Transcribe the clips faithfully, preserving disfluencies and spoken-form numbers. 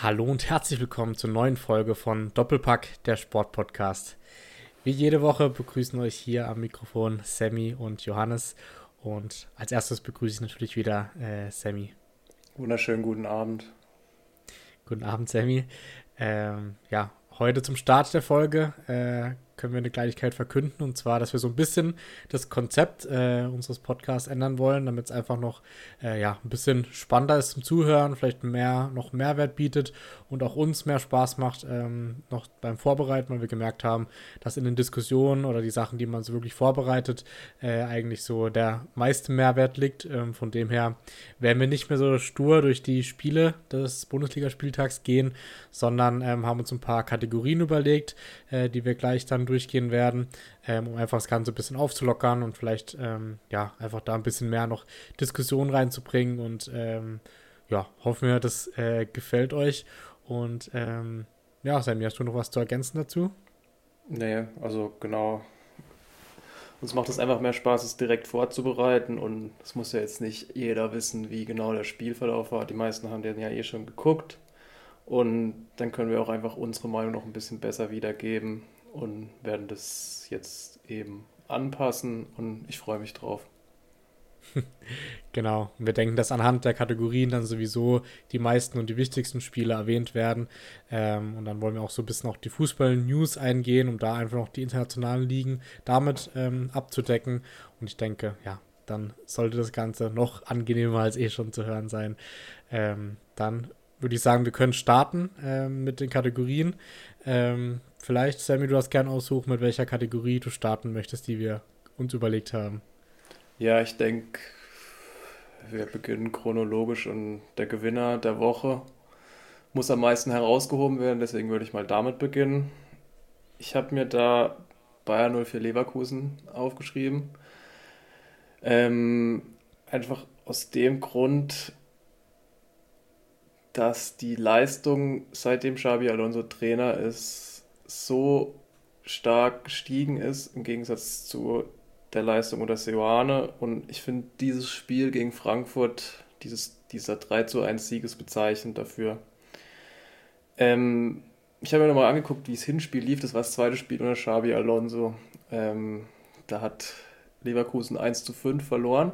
Hallo und herzlich willkommen zur neuen Folge von Doppelpack, der Sportpodcast. Wie jede Woche begrüßen euch hier am Mikrofon Sammy und Johannes. Und als erstes begrüße ich natürlich wieder äh, Sammy. Wunderschönen guten Abend. Guten Abend, Sammy. Ähm, ja, heute zum Start der Folge äh, können wir eine Kleinigkeit verkünden. Und zwar, dass wir so ein bisschen das Konzept äh, unseres Podcasts ändern wollen, damit es einfach noch äh, ja, ein bisschen spannender ist zum Zuhören, vielleicht mehr, noch Mehrwert bietet und auch uns mehr Spaß macht, ähm, noch beim Vorbereiten, weil wir gemerkt haben, dass in den Diskussionen oder die Sachen, die man so wirklich vorbereitet, äh, eigentlich so der meiste Mehrwert liegt. Ähm, von dem her werden wir nicht mehr so stur durch die Spiele des Bundesligaspieltags gehen, sondern ähm, haben uns ein paar Kategorien überlegt, äh, die wir gleich dann durchgehen werden, ähm, um einfach das Ganze ein bisschen aufzulockern und vielleicht ähm, ja einfach da ein bisschen mehr noch Diskussion reinzubringen und ähm, ja, hoffen wir, das äh, gefällt euch und ähm, ja, Sammy, hast du noch was zu ergänzen dazu? Nee, also genau. Uns macht es einfach mehr Spaß, es direkt vorzubereiten und es muss ja jetzt nicht jeder wissen, wie genau der Spielverlauf war. Die meisten haben den ja eh schon geguckt und dann können wir auch einfach unsere Meinung noch ein bisschen besser wiedergeben und werden das jetzt eben anpassen und ich freue mich drauf. Genau. Und wir denken, dass anhand der Kategorien dann sowieso die meisten und die wichtigsten Spiele erwähnt werden. Ähm, und dann wollen wir auch so ein bisschen auf die Fußball-News eingehen, um da einfach noch die internationalen Ligen damit ähm, abzudecken. Und ich denke, ja, dann sollte das Ganze noch angenehmer als eh schon zu hören sein. Ähm, dann würde ich sagen, wir können starten ähm, mit den Kategorien. Ähm, vielleicht, Sammy, du hast gern aussuchen, mit welcher Kategorie du starten möchtest, die wir uns überlegt haben. Ja, ich denke, wir beginnen chronologisch und der Gewinner der Woche muss am meisten herausgehoben werden, deswegen würde ich mal damit beginnen. Ich habe mir da Bayer null vier Leverkusen aufgeschrieben. Ähm, einfach aus dem Grund, dass die Leistung, seitdem Xabi Alonso Trainer ist, so stark gestiegen ist, im Gegensatz zu der Leistung unter Seoane. Und ich finde dieses Spiel gegen Frankfurt, dieses, dieser drei zu eins Sieg ist bezeichnend dafür. Ähm, ich habe mir nochmal angeguckt, wie das Hinspiel lief. Das war das zweite Spiel unter Xabi Alonso. Ähm, da hat Leverkusen eins zu fünf verloren.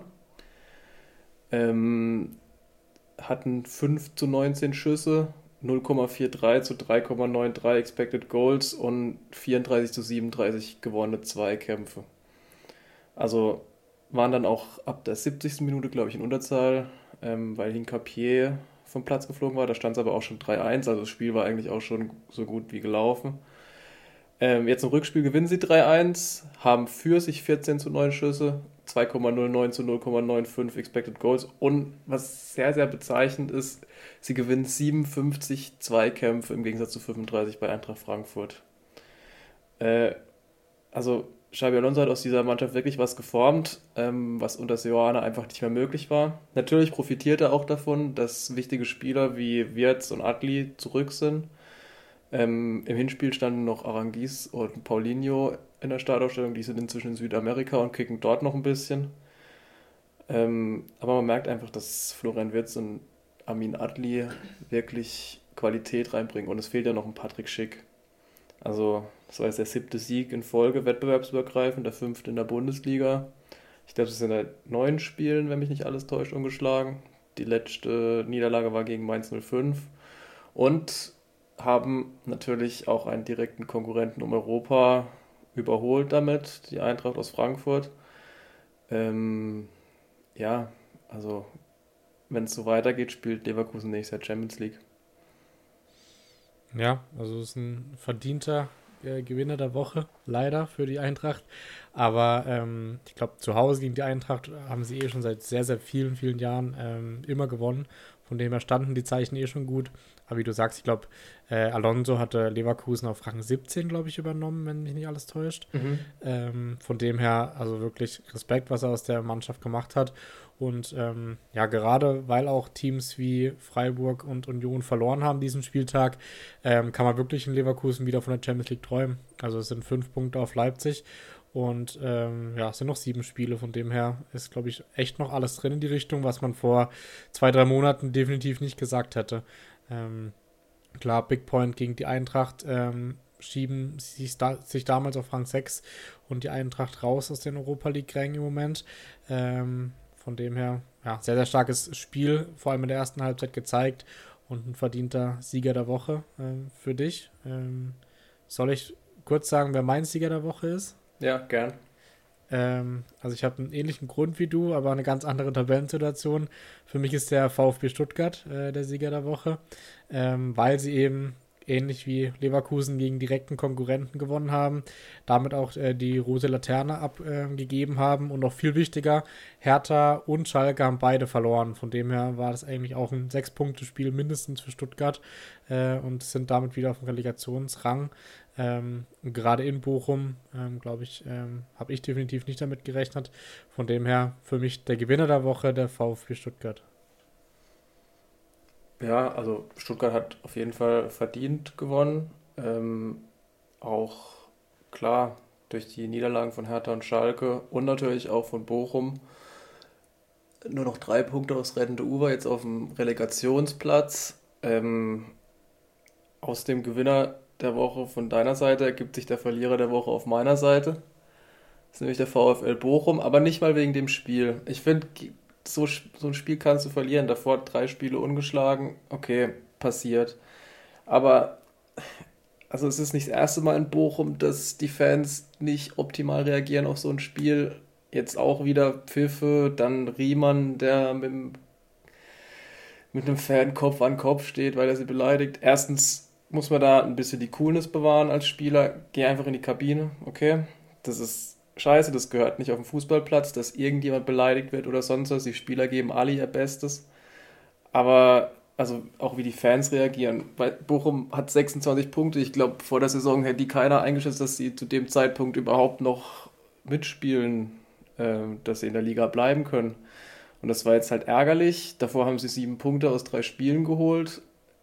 Ähm, hatten fünf zu neunzehn Schüsse, null Komma dreiundvierzig zu drei Komma dreiundneunzig Expected Goals und vierunddreißig zu siebenunddreißig gewonnene Zweikämpfe. Also waren dann auch ab der siebzigsten Minute, glaube ich, in Unterzahl, ähm, weil Hincapié vom Platz geflogen war. Da stand es aber auch schon drei eins, also das Spiel war eigentlich auch schon so gut wie gelaufen. Ähm, jetzt im Rückspiel gewinnen sie drei eins, haben für sich vierzehn zu neun Schüsse, zwei Komma null neun zu null Komma fünfundneunzig Expected Goals und was sehr, sehr bezeichnend ist, sie gewinnen siebenundfünfzig Zweikämpfe im Gegensatz zu fünfunddreißig bei Eintracht Frankfurt. Äh, also Xabi Alonso hat aus dieser Mannschaft wirklich was geformt, ähm, was unter Seoane einfach nicht mehr möglich war. Natürlich profitiert er auch davon, dass wichtige Spieler wie Wirtz und Adli zurück sind. Ähm, Im Hinspiel standen noch Arangis und Paulinho in der Startaufstellung. Die sind inzwischen in Südamerika und kicken dort noch ein bisschen. Ähm, aber man merkt einfach, dass Florian Wirtz und Amin Adli wirklich Qualität reinbringen. Und es fehlt ja noch ein Patrick Schick. Also, das war jetzt der siebte Sieg in Folge, wettbewerbsübergreifend, der fünfte in der Bundesliga. Ich glaube, es sind seit neun Spielen, wenn mich nicht alles täuscht, ungeschlagen. Die letzte Niederlage war gegen Mainz null fünf. Und haben natürlich auch einen direkten Konkurrenten um Europa überholt damit, die Eintracht aus Frankfurt. Ähm, ja, also wenn es so weitergeht, spielt Leverkusen nächstes Jahr Champions League. Ja, also es ist ein verdienter äh, Gewinner der Woche, leider für die Eintracht. Aber ähm, ich glaube, zu Hause gegen die Eintracht haben sie eh schon seit sehr, sehr vielen, vielen Jahren ähm, immer gewonnen. Von dem her standen die Zeichen eh schon gut. Aber wie du sagst, ich glaube, äh, Alonso hatte Leverkusen auf Rang siebzehn, glaube ich, übernommen, wenn mich nicht alles täuscht. Mhm. Ähm, von dem her, also wirklich Respekt, was er aus der Mannschaft gemacht hat. Und ähm, ja, gerade weil auch Teams wie Freiburg und Union verloren haben diesen Spieltag, ähm, kann man wirklich in Leverkusen wieder von der Champions League träumen. Also es sind fünf Punkte auf Leipzig und ähm, ja, es sind noch sieben Spiele. Von dem her ist, glaube ich, echt noch alles drin in die Richtung, was man vor zwei, drei Monaten definitiv nicht gesagt hätte. Ähm, Klar, Big Point gegen die Eintracht ähm, schieben sich, da, sich damals auf Rang sechs und die Eintracht raus aus den Europa League-Rängen im Moment. Ähm, von dem her, ja, sehr, sehr starkes Spiel, vor allem in der ersten Halbzeit gezeigt und ein verdienter Sieger der Woche ähm, für dich. Ähm, soll ich kurz sagen, wer mein Sieger der Woche ist? Ja, gern. Ähm, also ich habe einen ähnlichen Grund wie du, aber eine ganz andere Tabellensituation. Für mich ist der VfB Stuttgart äh, der Sieger der Woche, ähm, weil sie eben ähnlich wie Leverkusen gegen direkten Konkurrenten gewonnen haben, damit auch äh, die rote Laterne abgegeben haben und noch viel wichtiger, Hertha und Schalke haben beide verloren. Von dem her war das eigentlich auch ein Sechs-Punkte-Spiel mindestens für Stuttgart äh, und sind damit wieder auf dem Relegationsrang. Ähm, und gerade in Bochum, ähm, glaube ich, ähm, habe ich definitiv nicht damit gerechnet. Von dem her für mich der Gewinner der Woche, der VfB Stuttgart. Ja, also Stuttgart hat auf jeden Fall verdient gewonnen. Ähm, auch klar durch die Niederlagen von Hertha und Schalke und natürlich auch von Bochum. Nur noch drei Punkte aufs rettende Ufer, jetzt auf dem Relegationsplatz. Ähm, aus dem Gewinner der Woche von deiner Seite ergibt sich der Verlierer der Woche auf meiner Seite. Das ist nämlich der VfL Bochum, aber nicht mal wegen dem Spiel. Ich finde, so, so ein Spiel kannst du verlieren. Davor drei Spiele ungeschlagen. Okay, passiert. Aber also es ist nicht das erste Mal in Bochum, dass die Fans nicht optimal reagieren auf so ein Spiel. Jetzt auch wieder Pfiffe, dann Riemann, der mit, dem- mit einem Fan Kopf an Kopf steht, weil er sie beleidigt. Erstens muss man da ein bisschen die Coolness bewahren als Spieler. Geh einfach in die Kabine, okay? Das ist scheiße, das gehört nicht auf den Fußballplatz, dass irgendjemand beleidigt wird oder sonst was. Die Spieler geben alle ihr Bestes. Aber also auch wie die Fans reagieren. Weil Bochum hat sechsundzwanzig Punkte. Ich glaube, vor der Saison hätte die keiner eingeschätzt, dass sie zu dem Zeitpunkt überhaupt noch mitspielen, äh, dass sie in der Liga bleiben können. Und das war jetzt halt ärgerlich. Davor haben sie sieben Punkte aus drei Spielen geholt.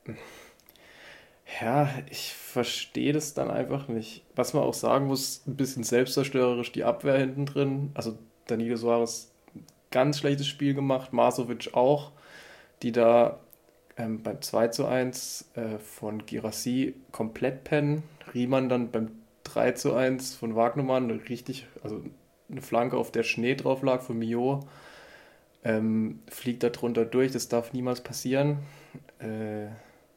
Ja, ich verstehe das dann einfach nicht. Was man auch sagen muss, ein bisschen selbstzerstörerisch die Abwehr hinten drin. Also Danilo Suarez ganz schlechtes Spiel gemacht, Marsovic auch, die da ähm, beim zwei zu eins äh, von Girassi komplett pennen. Riemann dann beim drei zu eins von Wagnumann, richtig, also eine Flanke, auf der Schnee drauf lag von Mio, ähm, fliegt da drunter durch, das darf niemals passieren. Äh,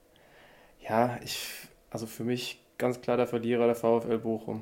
ja, ich, also für mich ganz klar der Verlierer der VfL Bochum.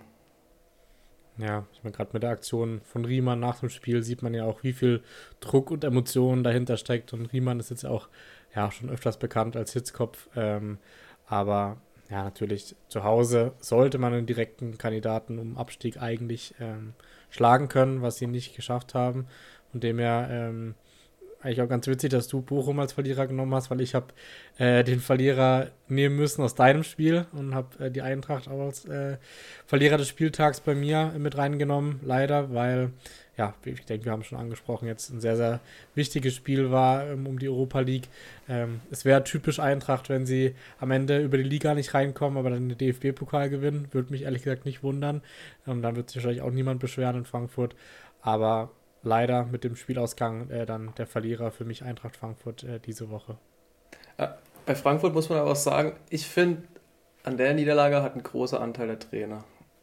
Ja, ich meine, gerade mit der Aktion von Riemann nach dem Spiel sieht man ja auch, wie viel Druck und Emotionen dahinter steckt. Und Riemann ist jetzt auch ja schon öfters bekannt als Hitzkopf. Ähm, aber ja, natürlich zu Hause sollte man einen direkten Kandidaten um Abstieg eigentlich ähm, schlagen können, was sie nicht geschafft haben. Von dem her ähm, eigentlich auch ganz witzig, dass du Bochum als Verlierer genommen hast, weil ich habe äh, den Verlierer nehmen müssen aus deinem Spiel und habe äh, die Eintracht auch als äh, Verlierer des Spieltags bei mir mit reingenommen, leider, weil, ja, ich denke, wir haben schon angesprochen, jetzt ein sehr, sehr wichtiges Spiel war ähm, um die Europa League. Ähm, es wäre typisch Eintracht, wenn sie am Ende über die Liga nicht reinkommen, aber dann den D F B-Pokal gewinnen. Würde mich ehrlich gesagt nicht wundern. Ähm, dann wird sich wahrscheinlich auch niemand beschweren in Frankfurt. Aber leider mit dem Spielausgang äh, dann der Verlierer für mich Eintracht Frankfurt äh, diese Woche. Äh, Bei Frankfurt muss man aber auch sagen, ich finde, an der Niederlage hat ein großer Anteil der Trainer.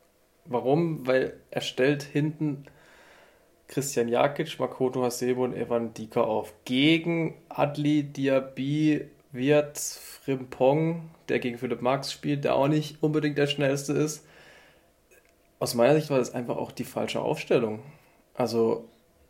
Warum? Weil er stellt hinten Christian Jakic, Makoto Hasebe und Evan Dika auf. Gegen Adli, Diaby, Wirtz, Frimpong, der gegen Philipp Marx spielt, der auch nicht unbedingt der schnellste ist. Aus meiner Sicht war das einfach auch die falsche Aufstellung. Also,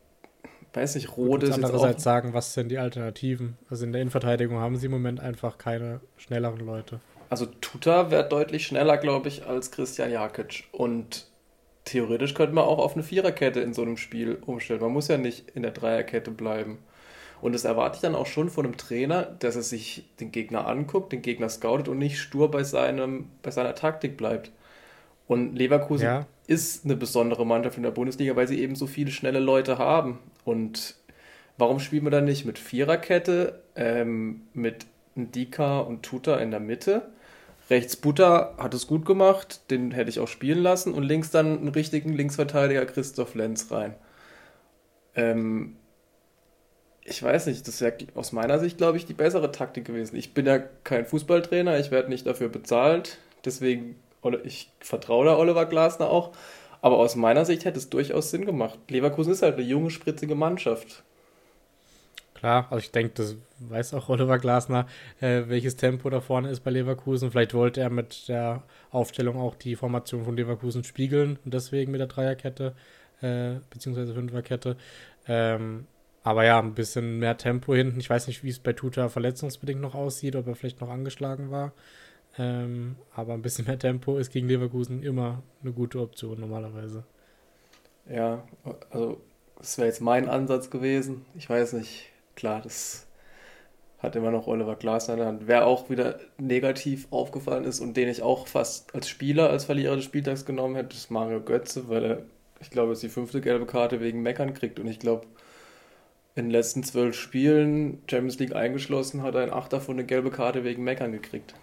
weiß nicht, Gut, Rode uns ist jetzt auch. andererseits sagen, was sind die Alternativen? Also in der Innenverteidigung haben sie im Moment einfach keine schnelleren Leute. Also, Tuta wäre deutlich schneller, glaube ich, als Christian Jakic. Und theoretisch könnte man auch auf eine Viererkette in so einem Spiel umstellen. Man muss ja nicht in der Dreierkette bleiben. Und das erwarte ich dann auch schon von einem Trainer, dass er sich den Gegner anguckt, den Gegner scoutet und nicht stur bei seinem, bei seiner Taktik bleibt. Und Leverkusen Ja, ist eine besondere Mannschaft in der Bundesliga, weil sie eben so viele schnelle Leute haben. Und warum spielen wir dann nicht mit Viererkette, ähm, mit Ndika und Tuta in der Mitte? Rechts Butter hat es gut gemacht, den hätte ich auch spielen lassen. Und links dann einen richtigen Linksverteidiger Christoph Lenz rein. Ähm, Ich weiß nicht, das wäre aus meiner Sicht, glaube ich, die bessere Taktik gewesen. Ich bin ja kein Fußballtrainer, ich werde nicht dafür bezahlt, deswegen, Ole- ich vertraue da Oliver Glasner auch. Aber aus meiner Sicht hätte es durchaus Sinn gemacht. Leverkusen ist halt eine junge, spritzige Mannschaft. Klar, also ich denke, das weiß auch Oliver Glasner, äh, welches Tempo da vorne ist bei Leverkusen. Vielleicht wollte er mit der Aufstellung auch die Formation von Leverkusen spiegeln und deswegen mit der Dreierkette, äh, beziehungsweise Fünferkette. Ähm, aber ja, ein bisschen mehr Tempo hinten. Ich weiß nicht, wie es bei Tuta verletzungsbedingt noch aussieht, ob er vielleicht noch angeschlagen war. Ähm, aber ein bisschen mehr Tempo ist gegen Leverkusen immer eine gute Option normalerweise. Ja, also das wäre jetzt mein Ansatz gewesen. Ich weiß nicht, klar, das hat immer noch Oliver Glasner in der Hand. Wer auch wieder negativ aufgefallen ist und den ich auch fast als Spieler, als Verlierer des Spieltags genommen hätte, ist Mario Götze, weil er, ich glaube, jetzt die fünfte gelbe Karte wegen Meckern kriegt. Und ich glaube, in den letzten zwölf Spielen, Champions League eingeschlossen, hat er in acht davon eine gelbe Karte wegen Meckern gekriegt.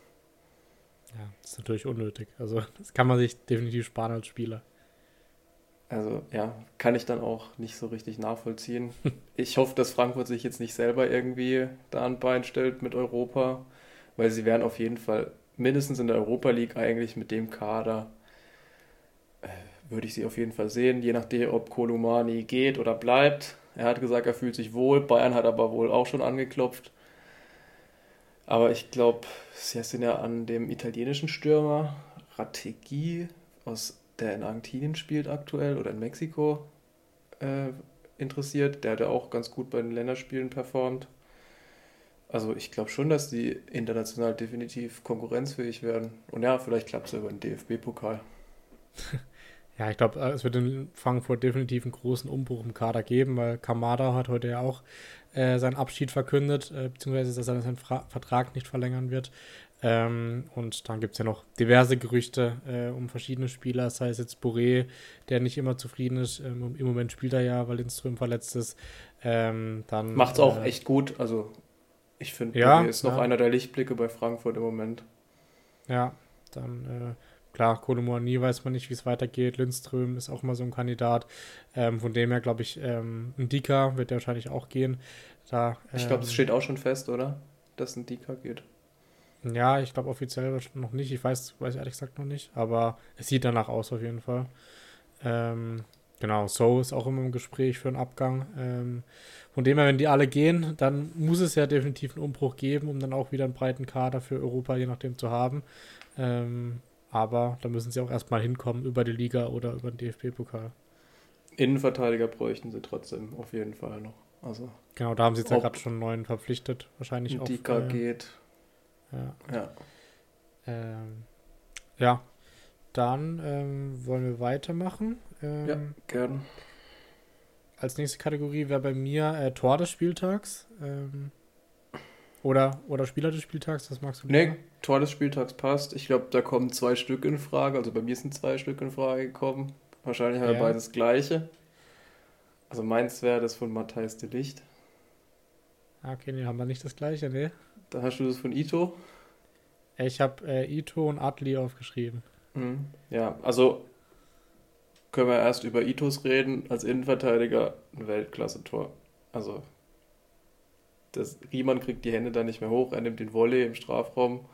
Ja, das ist natürlich unnötig. Also, das kann man sich definitiv sparen als Spieler. Also ja, kann ich dann auch nicht so richtig nachvollziehen. Ich hoffe, dass Frankfurt sich jetzt nicht selber irgendwie da ein Bein stellt mit Europa, weil sie werden auf jeden Fall mindestens in der Europa League eigentlich mit dem Kader, würde ich sie auf jeden Fall sehen, je nachdem, ob Kolumani geht oder bleibt. Er hat gesagt, er fühlt sich wohl. Bayern hat aber wohl auch schon angeklopft. Aber ich glaube, sie sind ja an dem italienischen Stürmer Rategui, aus, der in Argentinien spielt aktuell oder in Mexiko, äh, interessiert. Der hat ja auch ganz gut bei den Länderspielen performt. Also ich glaube schon, dass die international definitiv konkurrenzfähig werden. Und ja, vielleicht klappt es ja über den D F B-Pokal. Ja, ich glaube, es wird in Frankfurt definitiv einen großen Umbruch im Kader geben, weil Kamada hat heute ja auch äh, seinen Abschied verkündet, äh, beziehungsweise dass er seinen Fra Vertrag nicht verlängern wird. Ähm, und dann gibt es ja noch diverse Gerüchte äh, um verschiedene Spieler, sei es jetzt Boré, der nicht immer zufrieden ist. Ähm, Im Moment spielt er ja, weil Lindström verletzt ist. Ähm, dann, Macht's auch äh, echt gut. Also ich finde, Boré ja, ist noch ja, einer der Lichtblicke bei Frankfurt im Moment. ja, dann, äh, klar, Kolo nie weiß man nicht, wie es weitergeht. Lindström ist auch immer so ein Kandidat. Ähm, von dem her glaube ich, ähm, ein Dika wird ja wahrscheinlich auch gehen. Da, Ich glaube, es ähm, steht auch schon fest, oder? Dass ein Dika geht. ja, ich glaube offiziell noch nicht. Ich weiß, weiß ehrlich gesagt noch nicht, aber es sieht danach aus auf jeden Fall. Ähm, genau, So ist auch immer im Gespräch für einen Abgang. Ähm, von dem her, wenn die alle gehen, dann muss es ja definitiv einen Umbruch geben, um dann auch wieder einen breiten Kader für Europa, je nachdem, zu haben. Ähm, aber da müssen sie auch erstmal hinkommen über die Liga oder über den D F B-Pokal. Innenverteidiger bräuchten sie trotzdem auf jeden Fall noch. Also, Genau, da haben sie jetzt ja gerade ob schon einen neuen verpflichtet. Wahrscheinlich ein auf, Dika äh, geht, ja, ja. ähm, ja, dann ähm, wollen wir weitermachen. Ja, Ähm, gern. als nächste Kategorie wäre bei mir äh, Tor des Spieltags. Ähm, oder, oder Spieler des Spieltags, was magst du Ne, lieber? Tor des Spieltags passt. Ich glaube, da kommen zwei Stück in Frage. Also bei mir sind zwei Stück in Frage gekommen. Wahrscheinlich haben wir Ja. beides gleiche. Also meins wäre das von Matthijs de Ligt. Ah, okay, nee, haben wir nicht das gleiche, ne? Da hast du das von Ito. Ich habe äh, Ito und Adli aufgeschrieben. Mhm. Ja, also können wir erst über Itos reden. Als Innenverteidiger ein Weltklasse-Tor. Also das, Riemann kriegt die Hände da nicht mehr hoch. Er nimmt den Volley im Strafraum.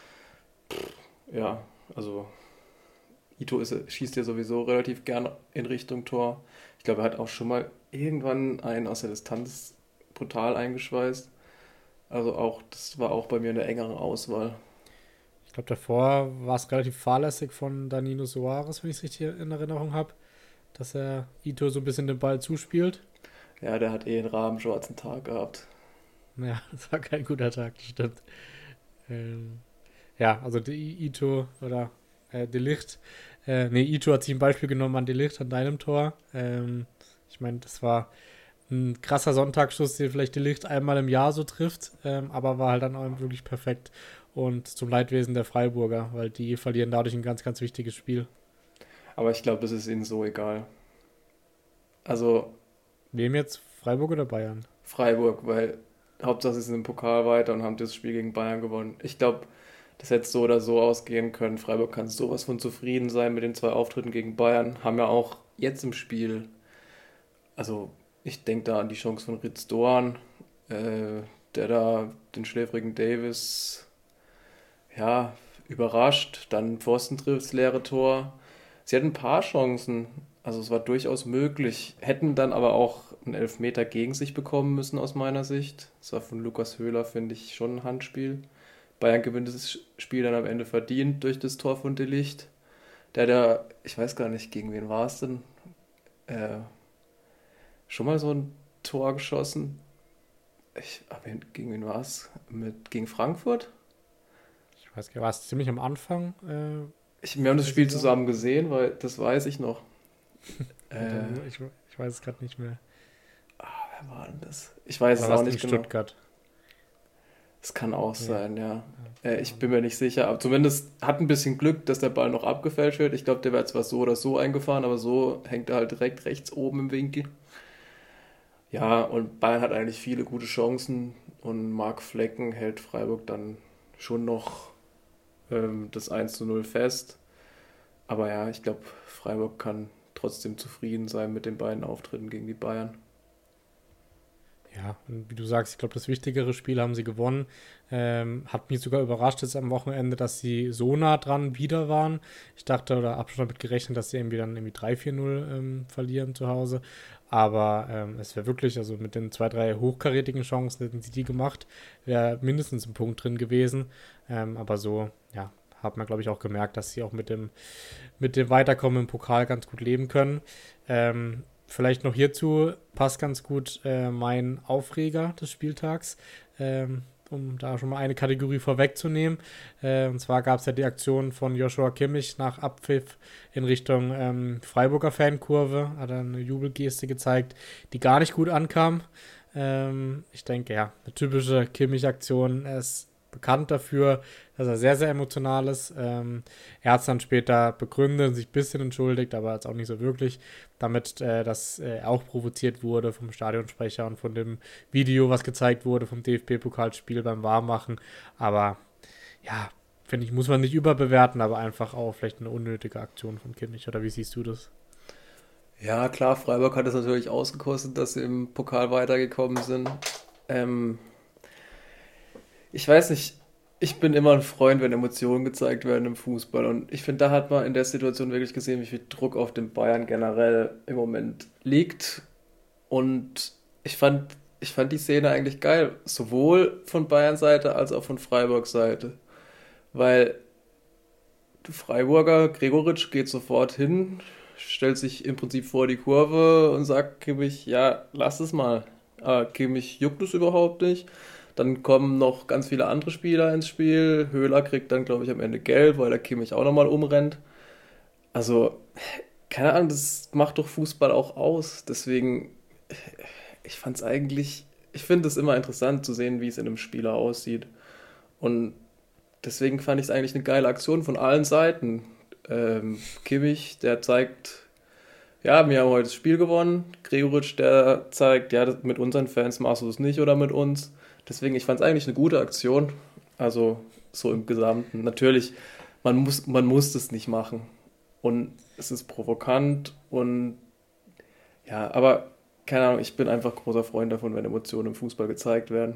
Ja, also Ito ist, schießt ja sowieso relativ gern in Richtung Tor. Ich glaube, er hat auch schon mal irgendwann einen aus der Distanz brutal eingeschweißt. Also auch, das war auch bei mir eine engere Auswahl. Ich glaube, davor war es relativ fahrlässig von Danilo Soares, wenn ich es richtig in Erinnerung habe, dass er Ito so ein bisschen den Ball zuspielt. Ja, der hat eh einen rabenschwarzen Tag gehabt. Ja, das war kein guter Tag, das stimmt. Ähm, ja, also die Ito oder äh, De Ligt. Äh, nee, Ito hat sich ein Beispiel genommen an De Ligt, an deinem Tor. Ähm, ich meine, das war ein krasser Sonntagsschuss, den vielleicht De Ligt einmal im Jahr so trifft, ähm, aber war halt dann auch wirklich perfekt. Und zum Leidwesen der Freiburger, weil die verlieren dadurch ein ganz, ganz wichtiges Spiel. Aber ich glaube, das ist ihnen so egal. Also Wem jetzt? Freiburg oder Bayern? Freiburg, weil Hauptsache sie sind im Pokal weiter und haben das Spiel gegen Bayern gewonnen. Ich glaube, das hätte so oder so ausgehen können. Freiburg kann sowas von zufrieden sein mit den zwei Auftritten gegen Bayern. Haben ja auch jetzt im Spiel, also ich denke da an die Chance von Ritz Doan, äh, der da den schläfrigen Davis ja, überrascht, dann Pfosten trifft, das leere Tor. Sie hatten ein paar Chancen, also es war durchaus möglich, hätten dann aber auch einen Elfmeter gegen sich bekommen müssen aus meiner Sicht. Das war von Lukas Höhler, finde ich, schon ein Handspiel. Bayern gewinnt das Spiel dann am Ende verdient durch das Tor von De Ligt. Der da, ich weiß gar nicht, gegen wen war es denn, äh, schon mal so ein Tor geschossen. Ich, aber gegen wen war es? Mit, gegen Frankfurt? Ich weiß gar nicht, war es ziemlich am Anfang äh, Ich, wir haben das der Spiel Saison? zusammen gesehen, weil das weiß ich noch. Äh, Dann, ich, ich weiß es gerade nicht mehr. wer war denn das? Ich weiß Oder es war auch es in nicht genau. Stuttgart? Es kann auch Ja, sein, ja. ja, Äh, keine ich Ahnung. bin mir nicht sicher, aber zumindest hat ein bisschen Glück, dass der Ball noch abgefälscht wird. Ich glaube, der wäre zwar so oder so eingefahren, aber so hängt er halt direkt rechts oben im Winkel. Ja, und Bayern hat eigentlich viele gute Chancen und Marc Flecken hält Freiburg dann schon noch ähm, das eins zu null fest. Aber ja, ich glaube, Freiburg kann trotzdem zufrieden sein mit den beiden Auftritten gegen die Bayern. Ja, und wie du sagst, ich glaube, das wichtigere Spiel haben sie gewonnen. Ähm, hat mich sogar überrascht jetzt am Wochenende, dass sie so nah dran wieder waren. Ich dachte oder habe schon damit gerechnet, dass sie irgendwie dann irgendwie drei vier null ähm, verlieren zu Hause. Aber ähm, es wäre wirklich, also mit den zwei, drei hochkarätigen Chancen hätten sie die gemacht, wäre mindestens ein Punkt drin gewesen. Ähm, aber so, ja, hat man, glaube ich, auch gemerkt, dass sie auch mit dem, mit dem Weiterkommen im Pokal ganz gut leben können. Ähm, Vielleicht noch hierzu passt ganz gut äh, mein Aufreger des Spieltags, ähm, um da schon mal eine Kategorie vorwegzunehmen. Äh, und zwar gab es ja die Aktion von Joshua Kimmich nach Abpfiff in Richtung ähm, Freiburger Fankurve, hat er eine Jubelgeste gezeigt, die gar nicht gut ankam. Ähm, ich denke, ja, eine typische Kimmich-Aktion. Er ist bekannt dafür, dass er sehr, sehr emotional ist. Ähm, er hat es dann später begründet und sich ein bisschen entschuldigt, aber jetzt auch nicht so wirklich, damit, äh, dass äh, er auch provoziert wurde vom Stadionsprecher und von dem Video, was gezeigt wurde vom D F B-Pokalspiel beim Warmmachen. Aber ja, finde ich, muss man nicht überbewerten, aber einfach auch vielleicht eine unnötige Aktion von Kimmich. Oder wie siehst du das? Ja, klar, Freiburg hat es natürlich ausgekostet, dass sie im Pokal weitergekommen sind. Ähm, ich weiß nicht, ich bin immer ein Freund, wenn Emotionen gezeigt werden im Fußball. Und ich finde, da hat man in der Situation wirklich gesehen, wie viel Druck auf den Bayern generell im Moment liegt. Und ich fand, ich fand die Szene eigentlich geil, sowohl von Bayern Seite als auch von Freiburg Seite. Weil der Freiburger Gregoritsch geht sofort hin, stellt sich im Prinzip vor die Kurve und sagt Kimmich, ja, lass es mal. Aber Kimmich juckt es überhaupt nicht. Dann kommen noch ganz viele andere Spieler ins Spiel. Höhler kriegt dann, glaube ich, am Ende gelb, weil der Kimmich auch nochmal umrennt. Also, keine Ahnung, das macht doch Fußball auch aus. Deswegen, ich fand es eigentlich, ich finde es immer interessant zu sehen, wie es in einem Spieler aussieht. Und deswegen fand ich es eigentlich eine geile Aktion von allen Seiten. Ähm, Kimmich, der zeigt, ja, wir haben heute das Spiel gewonnen. Gregoritsch, der zeigt, ja, das, mit unseren Fans machst du es nicht oder mit uns. Deswegen, ich fand es eigentlich eine gute Aktion. Also so im Gesamten. Natürlich, man muss, man muss das nicht machen. Und es ist provokant und ja, aber keine Ahnung, ich bin einfach großer Freund davon, wenn Emotionen im Fußball gezeigt werden.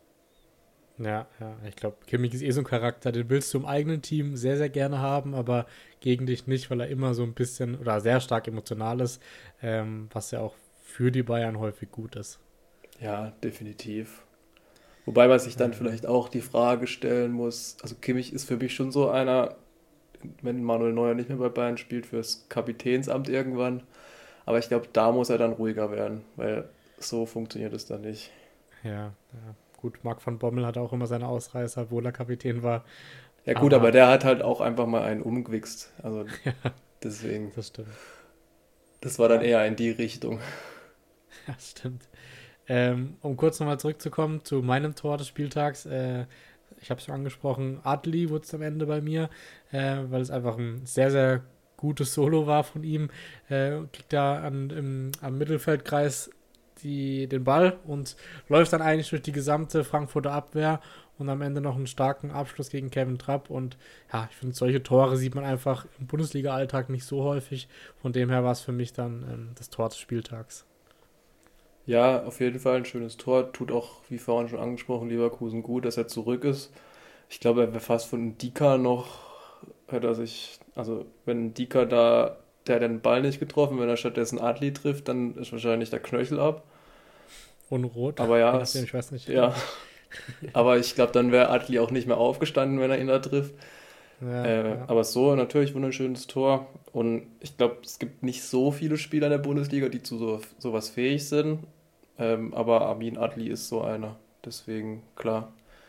Ja, ja, ich glaube, Kimmich ist eh so ein Charakter, den willst du im eigenen Team sehr, sehr gerne haben, aber gegen dich nicht, weil er immer so ein bisschen oder sehr stark emotional ist, ähm, was ja auch für die Bayern häufig gut ist. Ja, definitiv. Wobei man sich dann Ähm, vielleicht auch die Frage stellen muss, also Kimmich ist für mich schon so einer, wenn Manuel Neuer nicht mehr bei Bayern spielt, fürs Kapitänsamt irgendwann. Aber ich glaube, da muss er dann ruhiger werden, weil so funktioniert es dann nicht. ja, ja, gut, Marc van Bommel hat auch immer seine Ausreißer, obwohl er Kapitän war, Ja gut, aber aber der hat halt auch einfach mal einen umgewichst. Also deswegen, das stimmt. das war dann Ja, eher in die Richtung. das stimmt. Ähm, um kurz nochmal zurückzukommen zu meinem Tor des Spieltags. Äh, ich habe es schon angesprochen, Adli wurde es am Ende bei mir, äh, weil es einfach ein sehr, sehr gutes Solo war von ihm. Äh, kriegt da an, im, am Mittelfeldkreis die, den Ball und läuft dann eigentlich durch die gesamte Frankfurter Abwehr und am Ende noch einen starken Abschluss gegen Kevin Trapp. Und ja, ich finde, solche Tore sieht man einfach im Bundesliga-Alltag nicht so häufig. Von dem her war es für mich dann ähm, das Tor des Spieltags. Ja, auf jeden Fall ein schönes Tor. Tut auch, wie vorhin schon angesprochen, Leverkusen gut, dass er zurück ist. Ich glaube, er wäre fast von Ndika noch, hätte er sich, also wenn Ndika da, der hat den Ball nicht getroffen, wenn er stattdessen Adli trifft, dann ist wahrscheinlich der Knöchel ab. Ohne Rot, Aber je ja, nachdem, es, ich weiß nicht. ja, aber ich glaube, dann wäre Adli auch nicht mehr aufgestanden, wenn er ihn da trifft. Ja, Äh, ja. aber so natürlich wunderschönes Tor. Und ich glaube, es gibt nicht so viele Spieler in der Bundesliga, die zu so, sowas fähig sind. Ähm, aber Amin Adli ist so einer. Deswegen, klar.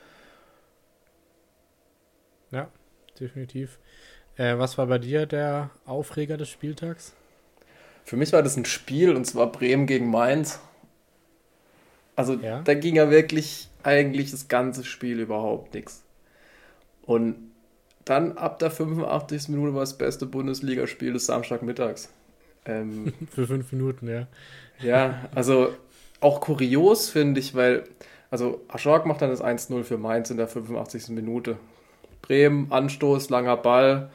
Ja, definitiv. Äh, was war bei dir der Aufreger des Spieltags? Für mich war das ein Spiel und zwar Bremen gegen Mainz. Also Ja, da ging ja wirklich eigentlich das ganze Spiel überhaupt nichts. Und dann ab der fünfundachtzigsten. Minute war das beste Bundesligaspiel des Samstagmittags. Ähm, für fünf Minuten, ja. Ja, also auch kurios finde ich, weil, also Aschork macht dann das eins null für Mainz in der fünfundachtzigsten. Minute. Bremen, Anstoß, langer Ball,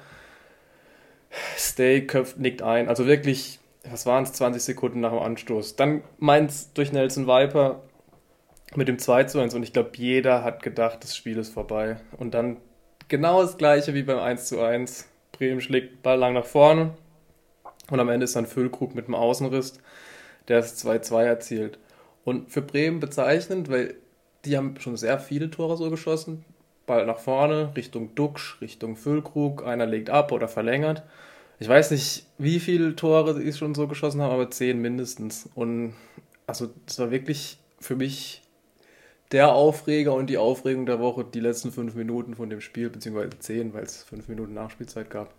Stay köpft, nickt ein. Also wirklich, was waren es, zwanzig Sekunden nach dem Anstoß. Dann Mainz durch Nelson Viper mit dem zwei zu eins und ich glaube, jeder hat gedacht, das Spiel ist vorbei. Und dann genau das gleiche wie beim eins zu eins. Bremen schlägt Ball lang nach vorne und am Ende ist dann Füllkrug mit dem Außenriss, der das zwei zwei erzielt. Und für Bremen bezeichnend, weil die haben schon sehr viele Tore so geschossen. Ball nach vorne, Richtung Duxch, Richtung Füllkrug, einer legt ab oder verlängert. Ich weiß nicht, wie viele Tore sie schon so geschossen haben, aber zehn mindestens. Und also das war wirklich für mich der Aufreger und die Aufregung der Woche, die letzten fünf Minuten von dem Spiel, beziehungsweise zehn, weil es fünf Minuten Nachspielzeit gab.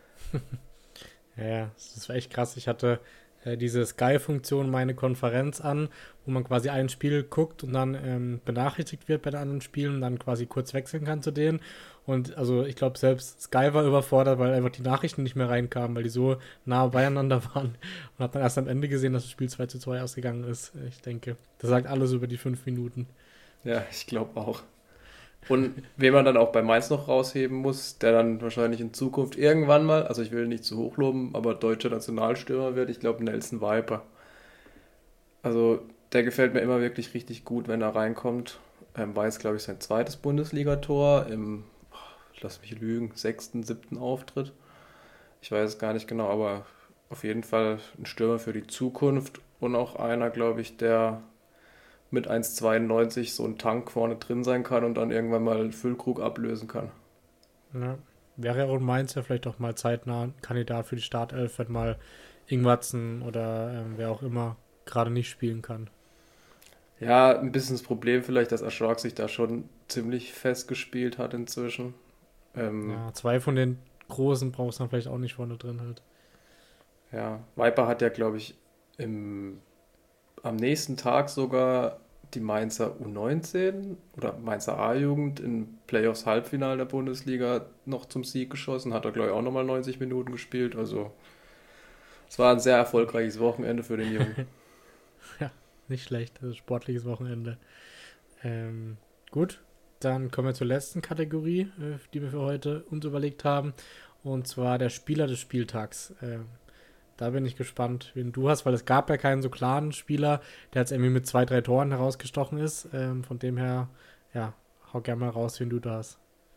Ja, ja, das war echt krass. Ich hatte äh, diese Sky-Funktion meine Konferenz an, wo man quasi ein Spiel guckt und dann ähm, benachrichtigt wird bei den anderen Spielen und dann quasi kurz wechseln kann zu denen. Und also ich glaube, selbst Sky war überfordert, weil einfach die Nachrichten nicht mehr reinkamen, weil die so nah beieinander waren. Und hat dann erst am Ende gesehen, dass das Spiel zwei zu zwei ausgegangen ist. Ich denke, das sagt alles über die fünf Minuten. Ja, ich glaube auch. Und wen man dann auch bei Mainz noch rausheben muss, der dann wahrscheinlich in Zukunft irgendwann mal, also ich will nicht zu hoch loben, aber deutscher Nationalstürmer wird, ich glaube Nelson Viper. Also der gefällt mir immer wirklich richtig gut, wenn er reinkommt. Ähm, war jetzt, glaube ich, sein zweites Bundesligator im, lass mich lügen, sechsten, siebten Auftritt. Ich weiß es gar nicht genau, aber auf jeden Fall ein Stürmer für die Zukunft und auch einer, glaube ich, der mit eins Komma zweiundneunzig so ein Tank vorne drin sein kann und dann irgendwann mal Füllkrug ablösen kann. Ja. Wäre auch in Mainz ja vielleicht auch mal zeitnah ein Kandidat für die Startelf, wenn mal Ingwatzen oder ähm, wer auch immer gerade nicht spielen kann. Ja, ein bisschen das Problem vielleicht, dass Aschork sich da schon ziemlich festgespielt hat inzwischen. Ähm, Ja, zwei von den Großen brauchst du dann vielleicht auch nicht vorne drin halt. ja, Viper hat ja, glaube ich, im, am nächsten Tag sogar die Mainzer U neunzehn oder Mainzer A-Jugend im Playoffs Halbfinale der Bundesliga noch zum Sieg geschossen. Hat er, glaube ich, auch nochmal neunzig Minuten gespielt. Also es war ein sehr erfolgreiches Wochenende für den Jungen. Ja, nicht schlecht. Also sportliches Wochenende. Ähm, gut, dann kommen wir zur letzten Kategorie, äh, die wir für heute uns überlegt haben. Und zwar der Spieler des Spieltags. Ähm, da bin ich gespannt, wen du hast, weil es gab ja keinen so klaren Spieler, der jetzt irgendwie mit zwei, drei Toren herausgestochen ist. Ähm, von dem her, ja, hau gerne mal raus, wen du da hast.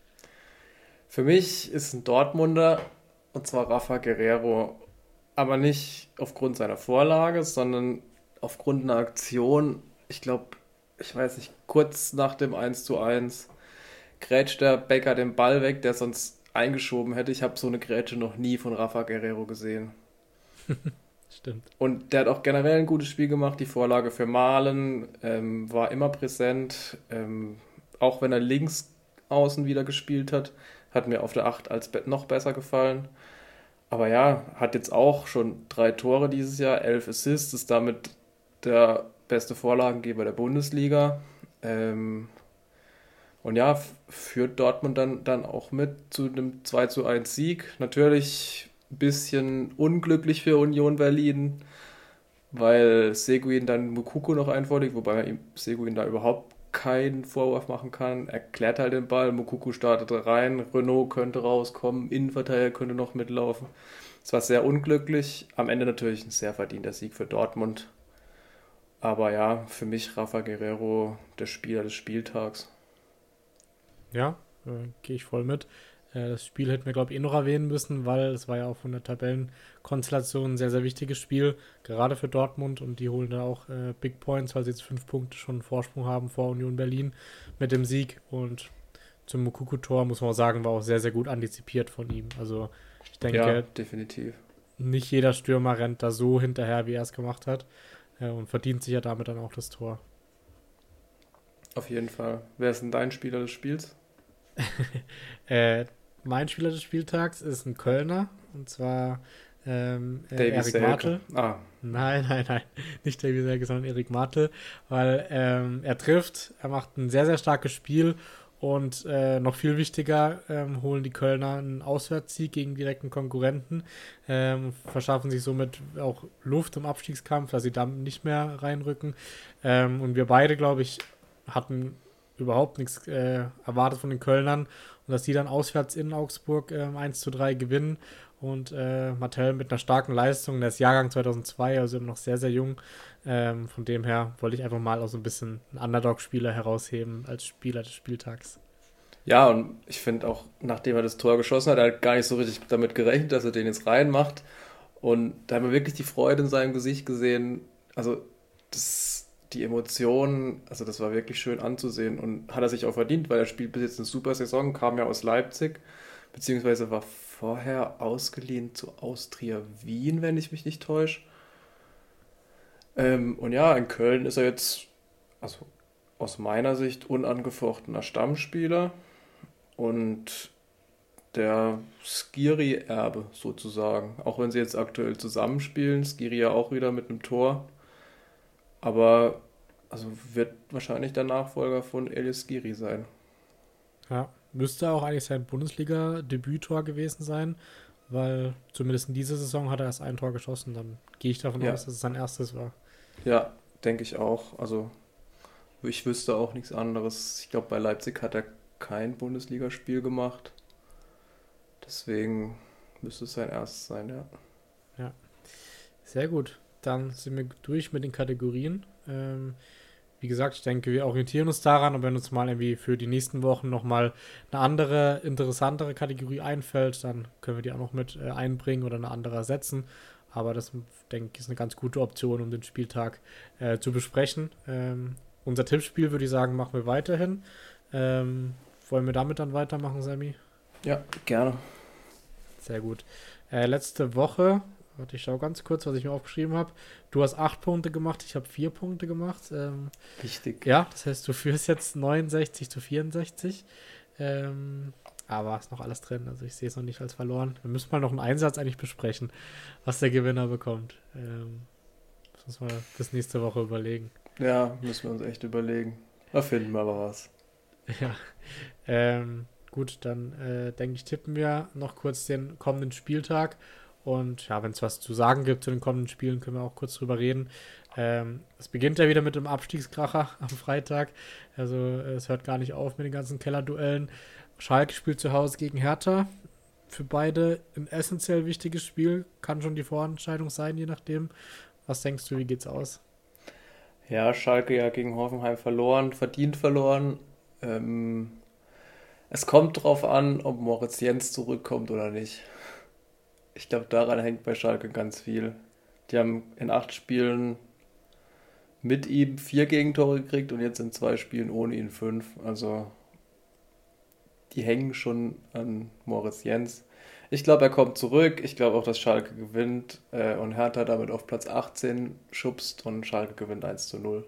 Für mich ist ein Dortmunder, und zwar Rafa Guerrero, aber nicht aufgrund seiner Vorlage, sondern aufgrund einer Aktion. Ich glaube, ich weiß nicht, kurz nach dem eins zu eins grätscht der Becker den Ball weg, der sonst eingeschoben hätte. Ich habe so eine Grätsche noch nie von Rafa Guerrero gesehen. Stimmt. Und der hat auch generell ein gutes Spiel gemacht. Die Vorlage für Malen ähm, war immer präsent. Ähm, auch wenn er links außen wieder gespielt hat, hat mir auf der acht als be- noch besser gefallen. Aber ja, hat jetzt auch schon drei Tore dieses Jahr, elf Assists, ist damit der beste Vorlagengeber der Bundesliga. Ähm, und ja, f- führt Dortmund dann, dann auch mit zu einem zwei zu eins Sieg. Natürlich ein bisschen unglücklich für Union Berlin, weil Seguin dann Mukoko noch einfordert, wobei man ihm Seguin da überhaupt keinen Vorwurf machen kann. Er klärt halt den Ball, Mukoko startet rein, Renault könnte rauskommen, Innenverteidiger könnte noch mitlaufen. Es war sehr unglücklich. Am Ende natürlich ein sehr verdienter Sieg für Dortmund. Aber ja, für mich Rafa Guerrero der Spieler des Spieltags. Ja, äh, gehe ich voll mit. Äh, das Spiel hätten wir, glaube ich, eh noch erwähnen müssen, weil es war ja auch von der Tabellenkonstellation ein sehr, sehr wichtiges Spiel, gerade für Dortmund. Und die holen da auch äh, Big Points, weil sie jetzt fünf Punkte schon Vorsprung haben vor Union Berlin mit dem Sieg. Und zum Moukoko-Tor, muss man auch sagen, war auch sehr, sehr gut antizipiert von ihm. Also ich Ja, denke, definitiv. nicht jeder Stürmer rennt da so hinterher, wie er es gemacht hat. Äh, und verdient sich ja damit dann auch das Tor. Auf jeden Fall. Wer ist denn dein Spieler des Spiels? Äh, Mein Spieler des Spieltags ist ein Kölner, und zwar ähm, äh, Davy Erik Selke. Martel. Ah, Nein, nein, nein, nicht Davy Selke, sondern Erik Martel, weil ähm, er trifft, er macht ein sehr, sehr starkes Spiel und äh, noch viel wichtiger, ähm, holen die Kölner einen Auswärtssieg gegen direkten Konkurrenten, ähm, verschaffen sich somit auch Luft im Abstiegskampf, dass sie da nicht mehr reinrücken. Ähm, und wir beide, glaube ich, hatten überhaupt nichts äh, erwartet von den Kölnern und dass die dann auswärts in Augsburg ähm, eins zu drei gewinnen und äh, Martell mit einer starken Leistung, der ist Jahrgang zweitausendzwei, also immer noch sehr, sehr jung. Ähm, von dem her wollte ich einfach mal auch so ein bisschen einen Underdog-Spieler herausheben als Spieler des Spieltags. ja, und ich finde auch, nachdem er das Tor geschossen hat, er hat gar nicht so richtig damit gerechnet, dass er den jetzt reinmacht. Und da hat man wirklich die Freude in seinem Gesicht gesehen. Also, das, die Emotionen, also das war wirklich schön anzusehen und hat er sich auch verdient, weil er spielt bis jetzt eine super Saison, kam ja aus Leipzig, beziehungsweise war vorher ausgeliehen zu Austria Wien, wenn ich mich nicht täusche. Ähm, und ja, in Köln ist er jetzt, also aus meiner Sicht, unangefochtener Stammspieler und der Skiri-Erbe sozusagen. Auch wenn sie jetzt aktuell zusammenspielen, Skiri ja auch wieder mit einem Tor, aber also wird wahrscheinlich der Nachfolger von Elias Skiri sein. Ja, müsste auch eigentlich sein Bundesliga-Debüttor gewesen sein, weil zumindest in dieser Saison hat er erst ein Tor geschossen. Dann gehe ich davon Ja, aus, dass es sein erstes war. ja, denke ich auch. Also ich wüsste auch nichts anderes. Ich glaube, bei Leipzig hat er kein Bundesligaspiel gemacht. Deswegen müsste es sein erstes sein, ja. Ja, sehr gut. Dann sind wir durch mit den Kategorien. Ähm, Wie gesagt, ich denke, wir orientieren uns daran und wenn uns mal irgendwie für die nächsten Wochen nochmal eine andere, interessantere Kategorie einfällt, dann können wir die auch noch mit äh, einbringen oder eine andere ersetzen. Aber das, denke ich, ist eine ganz gute Option, um den Spieltag äh, zu besprechen. Ähm, unser Tippspiel, würde ich sagen, machen wir weiterhin. Ähm, Wollen wir damit dann weitermachen, Sammy? Ja, gerne. Sehr gut. Äh, letzte Woche, warte, ich schaue ganz kurz, was ich mir aufgeschrieben habe. Du hast acht Punkte gemacht, ich habe vier Punkte gemacht. Ähm, Wichtig. ja, das heißt, du führst jetzt neunundsechzig zu vierundsechzig. Ähm, aber ist noch alles drin, also ich sehe es noch nicht als verloren. Wir müssen mal noch einen Einsatz eigentlich besprechen, was der Gewinner bekommt. Ähm, das müssen wir bis nächste Woche überlegen. Ja, müssen wir uns echt überlegen. Da finden wir aber was. Ja, ähm, gut, dann äh, denke ich, tippen wir noch kurz den kommenden Spieltag. Und ja, wenn es was zu sagen gibt zu den kommenden Spielen, können wir auch kurz drüber reden. Ähm, es beginnt ja wieder mit dem Abstiegskracher am Freitag. Also äh, es hört gar nicht auf mit den ganzen Kellerduellen. Schalke spielt zu Hause gegen Hertha. Für beide ein essentiell wichtiges Spiel. Kann schon die Vorentscheidung sein, je nachdem. Was denkst du, wie geht's aus? Ja, Schalke ja gegen Hoffenheim verloren, verdient verloren. Ähm, es kommt drauf an, ob Moritz Jens zurückkommt oder nicht. Ich glaube, daran hängt bei Schalke ganz viel. Die haben in acht Spielen mit ihm vier Gegentore gekriegt und jetzt in zwei Spielen ohne ihn fünf. Also die hängen schon an Moritz Jens. Ich glaube, er kommt zurück. Ich glaube auch, dass Schalke gewinnt äh, und Hertha damit auf Platz achtzehn schubst und Schalke gewinnt eins zu null.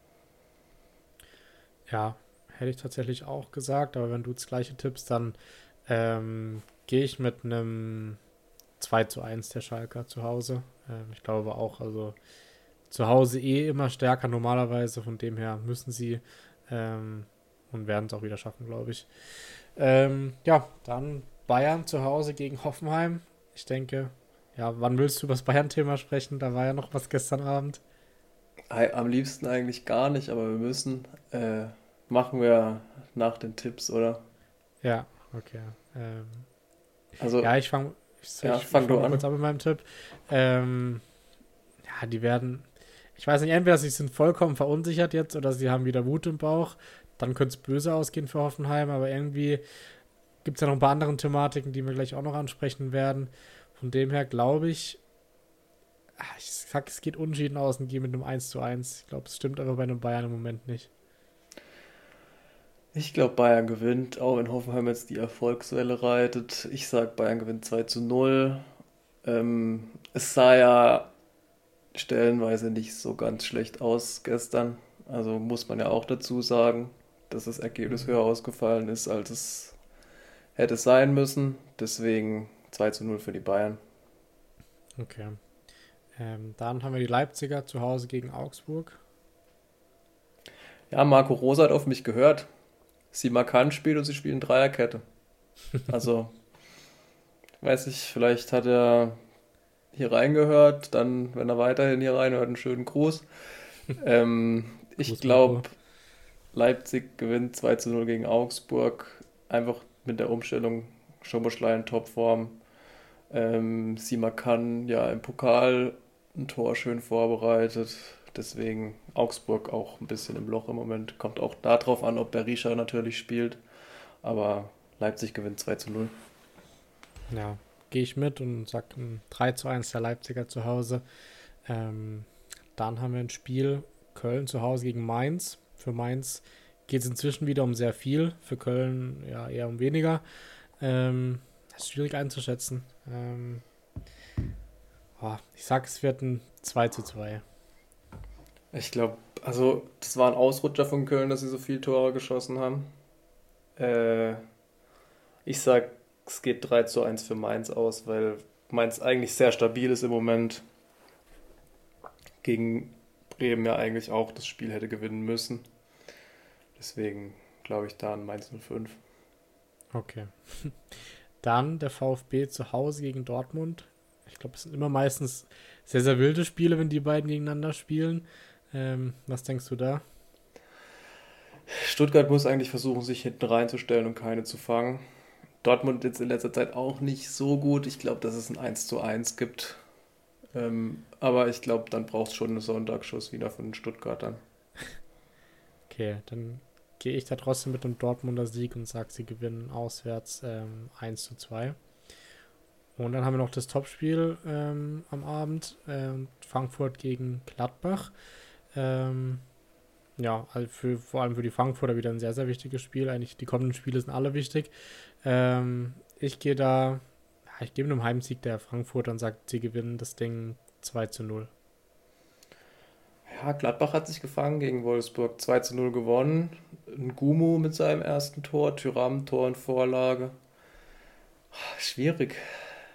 Ja, hätte ich tatsächlich auch gesagt, aber wenn du das gleiche tippst, dann ähm, gehe ich mit einem zwei zu eins der Schalker zu Hause. Ähm, ich glaube auch, also zu Hause eh immer stärker normalerweise, von dem her müssen sie ähm, und werden es auch wieder schaffen, glaube ich. Ähm, ja, dann Bayern zu Hause gegen Hoffenheim. Ich denke, ja, wann willst du über das Bayern-Thema sprechen? Da war ja noch was gestern Abend. Ei- Am liebsten eigentlich gar nicht, aber wir müssen. Äh, machen wir nach den Tipps, oder? Ja, okay. Ähm, Also, ja, ich fange ich, ja, ich, ich fang fang du mal an. kurz an mit meinem Tipp. Ähm, ja, die werden. ich weiß nicht, entweder sie sind vollkommen verunsichert jetzt oder sie haben wieder Wut im Bauch. Dann könnte es böse ausgehen für Hoffenheim, aber irgendwie gibt es ja noch ein paar andere Thematiken, die wir gleich auch noch ansprechen werden. Von dem her glaube ich, ah, ich sag, es geht unentschieden aus und gehe mit einem eins zu eins. Ich glaube, es stimmt aber bei einem Bayern im Moment nicht. Ich glaube, Bayern gewinnt, auch wenn Hoffenheim jetzt die Erfolgswelle reitet. Ich sage, Bayern gewinnt zwei zu null. Ähm, es sah ja stellenweise nicht so ganz schlecht aus gestern. Also muss man ja auch dazu sagen, dass das Ergebnis Mhm. höher ausgefallen ist, als es hätte sein müssen. Deswegen zwei zu null für die Bayern. Okay. Ähm, dann haben wir die Leipziger zu Hause gegen Augsburg. Ja, Marco Rose hat auf mich gehört. Sie markant spielt und sie spielen Dreierkette. Also, weiß ich, vielleicht hat er hier reingehört, dann, wenn er weiterhin hier reinhört, einen schönen Gruß. Ähm, ich Gruß, glaube, Marco. Leipzig gewinnt zwei zu null gegen Augsburg. Einfach mit der Umstellung Szoboszlai in Topform. Ähm, Simakan ja im Pokal ein Tor schön vorbereitet. Deswegen Augsburg auch ein bisschen im Loch im Moment. Kommt auch darauf an, ob Berisha natürlich spielt. Aber Leipzig gewinnt zwei zu null. Ja, gehe ich mit und sag ein drei zu eins der Leipziger zu Hause. Ähm, dann haben wir ein Spiel Köln zu Hause gegen Mainz. Für Mainz geht es inzwischen wieder um sehr viel, für Köln ja eher um weniger. Ähm, das ist schwierig einzuschätzen. Ähm, oh, ich sag, es wird ein zwei zu zwei. Ich glaube, also das war ein Ausrutscher von Köln, dass sie so viele Tore geschossen haben. Äh, ich sag, es geht drei zu eins für Mainz aus, weil Mainz eigentlich sehr stabil ist im Moment. Gegen Bremen ja eigentlich auch das Spiel hätte gewinnen müssen. Deswegen glaube ich da an Mainz null fünf. Okay. Dann der VfB zu Hause gegen Dortmund. Ich glaube, es sind immer meistens sehr, sehr wilde Spiele, wenn die beiden gegeneinander spielen. Ähm, was denkst du da? Stuttgart muss eigentlich versuchen, sich hinten reinzustellen und keine zu fangen. Dortmund jetzt in letzter Zeit auch nicht so gut. Ich glaube, dass es ein eins zu eins gibt. Ähm, aber ich glaube, dann braucht es schon einen Sonntagsschuss wieder von den Stuttgartern. Okay, dann gehe ich da trotzdem mit einem Dortmunder Sieg und sage, sie gewinnen auswärts ähm, eins zu zwei. Und dann haben wir noch das Topspiel ähm, am Abend, ähm, Frankfurt gegen Gladbach. Ähm, ja, also für, vor allem für die Frankfurter wieder ein sehr, sehr wichtiges Spiel. Eigentlich die kommenden Spiele sind alle wichtig. Ähm, ich gehe da, ja, ich gebe einem Heimsieg der Frankfurter und sage, sie gewinnen das Ding zwei zu null. Ja, Gladbach hat sich gefangen gegen Wolfsburg. zwei zu null gewonnen. Ngumu mit seinem ersten Tor, Thuram Tor und Vorlage. Schwierig.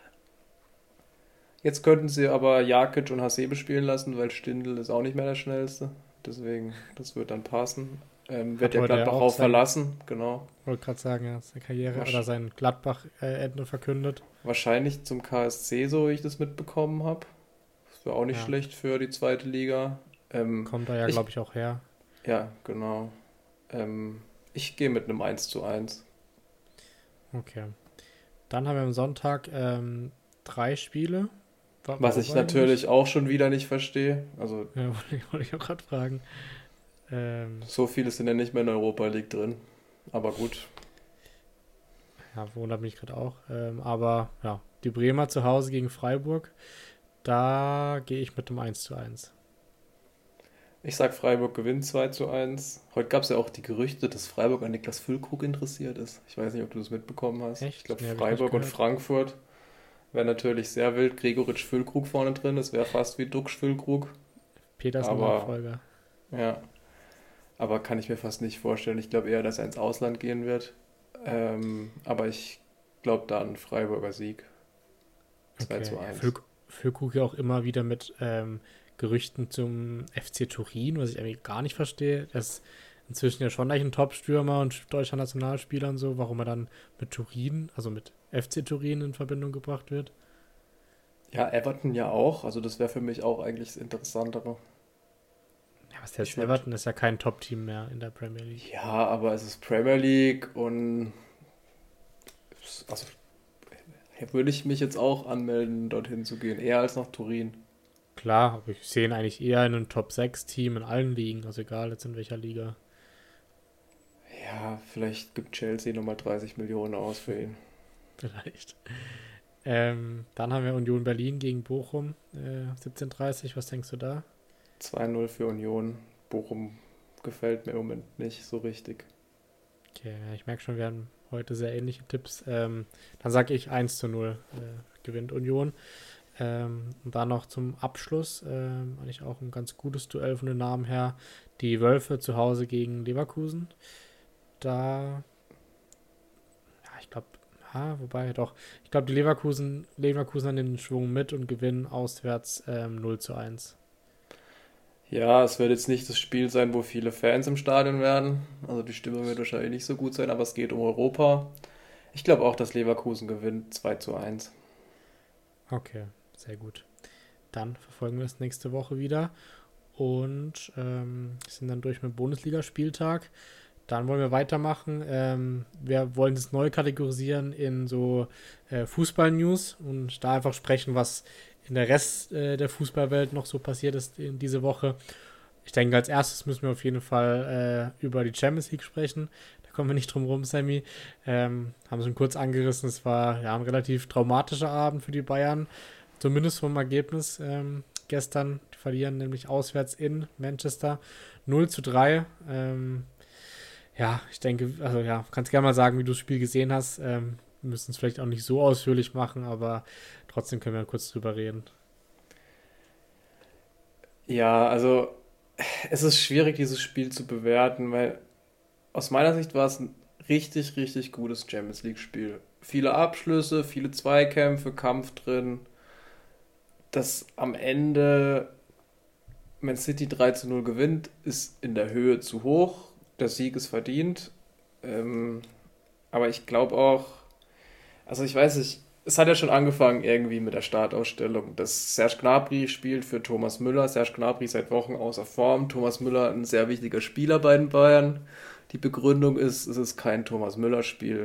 Jetzt könnten sie aber Jakic und Hasebe spielen lassen, weil Stindl ist auch nicht mehr der Schnellste. Deswegen, das wird dann passen. Ähm, wird Hat ja heute ja Gladbach auch auch sein, verlassen, genau. wollte gerade sagen, ja, seine Karriere oder Wasch sein Gladbach-Ende verkündet. wahrscheinlich zum K S C, so wie ich das mitbekommen habe. Das wäre auch nicht Ja, schlecht für die zweite Liga. Ähm, kommt da ja, ich, glaube ich, auch her. ja, genau. Ähm, ich gehe mit einem eins zu eins. Okay. Dann haben wir am Sonntag ähm, drei Spiele. Wa- Was Warum ich natürlich eigentlich? auch schon wieder nicht verstehe. Also, Ja, wollte ich, wollte ich auch gerade fragen. Ähm, so viele sind ja nicht mehr in der Europa League drin. Aber gut. ja, wundert mich gerade auch. Ähm, aber ja, die Bremer zu Hause gegen Freiburg. Da gehe ich mit dem eins zu eins. Ich sag, Freiburg gewinnt zwei zu eins. Heute gab es ja auch die Gerüchte, dass Freiburg an Niklas Füllkrug interessiert ist. Ich weiß nicht, ob du das mitbekommen hast. Ich Echt? glaube, Nee, habe ich nicht Freiburg und gehört. Frankfurt wäre natürlich sehr wild. Gregoritsch Füllkrug vorne drin. Das wäre fast wie Duxch Füllkrug. Aber Petersen-Nachfolger. ja, aber kann ich mir fast nicht vorstellen. Ich glaube eher, dass er ins Ausland gehen wird. Ähm, aber ich glaube da an Freiburger Sieg. zwei Okay. zu Ja, eins. Füll, Füllkrug ja auch immer wieder mit ähm, Gerüchten zum F C Turin, was ich eigentlich gar nicht verstehe. Er ist inzwischen ja schon eigentlich ein Top-Stürmer und deutscher Nationalspieler und so, warum er dann mit Turin, also mit F C Turin in Verbindung gebracht wird. Ja, Everton ja auch. Also das wäre für mich auch eigentlich das Interessantere. Ja, was Ich jetzt würde. Everton ist ja kein Top-Team mehr in der Premier League. Ja, aber es ist Premier League und also würde ich mich jetzt auch anmelden, dorthin zu gehen. Eher als nach Turin. Klar, aber ich sehe ihn eigentlich eher in einem Top sechs Team in allen Ligen, also egal jetzt in welcher Liga. Ja, vielleicht gibt Chelsea nochmal dreißig Millionen aus für ihn. Vielleicht. Ähm, dann haben wir Union Berlin gegen Bochum, äh, siebzehn Uhr dreißig. Was denkst du da? zwei null für Union. Bochum gefällt mir im Moment nicht so richtig. Okay, ja, ich merke schon, wir haben heute sehr ähnliche Tipps. Ähm, dann sage ich eins zu null äh, gewinnt Union. Ähm, und dann noch zum Abschluss, ähm, eigentlich auch ein ganz gutes Duell von den Namen her. Die Wölfe zu Hause gegen Leverkusen. Da, ja, ich glaube, ja, wobei doch, ich glaube, die Leverkusen, Leverkusen nehmen den Schwung mit und gewinnen auswärts ähm, null zu eins. Ja, es wird jetzt nicht das Spiel sein, wo viele Fans im Stadion werden. Also die Stimmung wird wahrscheinlich nicht so gut sein, aber es geht um Europa. Ich glaube auch, dass Leverkusen gewinnt zwei zu eins. Okay, sehr gut. Dann verfolgen wir es nächste Woche wieder und ähm, sind dann durch mit Bundesligaspieltag. Dann wollen wir weitermachen. Ähm, wir wollen es neu kategorisieren in so äh, Fußball-News und da einfach sprechen, was in der Rest äh, der Fußballwelt noch so passiert ist in diese Woche. Ich denke, als erstes müssen wir auf jeden Fall äh, über die Champions League sprechen. Da kommen wir nicht drum rum, Sammy. Ähm, haben es schon kurz angerissen. Es war ja ein relativ traumatischer Abend für die Bayern. Zumindest vom Ergebnis ähm, gestern. Die verlieren nämlich auswärts in Manchester null zu drei. Ähm, ja, ich denke, also ja, kannst gerne mal sagen, wie du das Spiel gesehen hast. Ähm, wir müssen es vielleicht auch nicht so ausführlich machen, aber trotzdem können wir kurz drüber reden. Ja, also es ist schwierig, dieses Spiel zu bewerten, weil aus meiner Sicht war es ein richtig, richtig gutes Champions League-Spiel. Viele Abschlüsse, viele Zweikämpfe, Kampf drin. Dass am Ende Man City drei zu null gewinnt, ist in der Höhe zu hoch. Der Sieg ist verdient. Ähm, aber ich glaube auch, also ich weiß nicht, es hat ja schon angefangen irgendwie mit der Startausstellung, dass Serge Gnabry spielt für Thomas Müller. Serge Gnabry seit Wochen außer Form. Thomas Müller ein sehr wichtiger Spieler bei den Bayern. Die Begründung ist, es ist kein Thomas Müller-Spiel.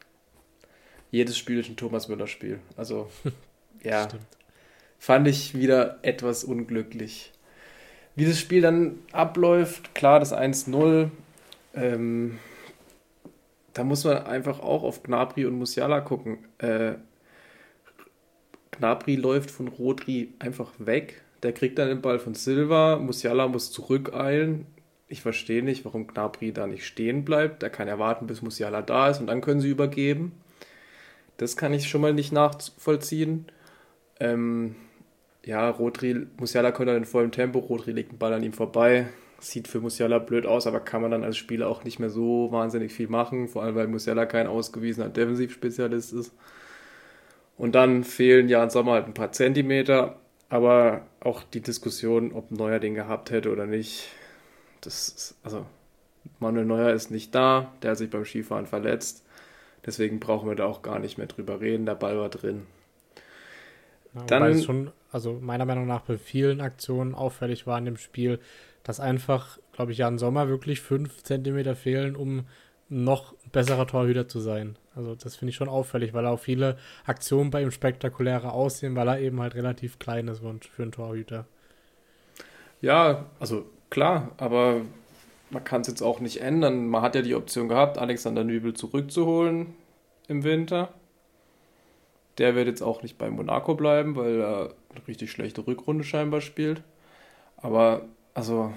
Jedes Spiel ist ein Thomas Müller-Spiel. Also ja, Stimmt. fand ich wieder etwas unglücklich. Wie das Spiel dann abläuft, klar, das eins null, ähm, da muss man einfach auch auf Gnabry und Musiala gucken. Äh, Gnabry läuft von Rodri einfach weg. Der kriegt dann den Ball von Silva. Musiala muss zurückeilen. Ich verstehe nicht, warum Gnabry da nicht stehen bleibt. Er kann ja warten, bis Musiala da ist und dann können sie übergeben. Das kann ich schon mal nicht nachvollziehen. Ähm, ja, Rodri, Musiala kommt dann in vollem Tempo. Rodri legt den Ball an ihm vorbei. Sieht für Musiala blöd aus, aber kann man dann als Spieler auch nicht mehr so wahnsinnig viel machen. Vor allem, weil Musiala kein ausgewiesener Defensivspezialist ist. Und dann fehlen Jan Sommer halt ein paar Zentimeter. Aber auch die Diskussion, ob Neuer den gehabt hätte oder nicht, das ist, also Manuel Neuer ist nicht da, der hat sich beim Skifahren verletzt. Deswegen brauchen wir da auch gar nicht mehr drüber reden. Der Ball war drin. Ja, wobei es Dann, schon, also meiner Meinung nach bei vielen Aktionen auffällig war in dem Spiel, dass einfach, glaube ich, Jan Sommer wirklich fünf Zentimeter fehlen, um noch besserer Torhüter zu sein. Also das finde ich schon auffällig, weil auch viele Aktionen bei ihm spektakulärer aussehen, weil er eben halt relativ klein ist für einen Torhüter. ja, also klar, aber man kann es jetzt auch nicht ändern. Man hat ja die Option gehabt, Alexander Nübel zurückzuholen im Winter. Der wird jetzt auch nicht bei Monaco bleiben, weil er eine richtig schlechte Rückrunde scheinbar spielt. Aber, also,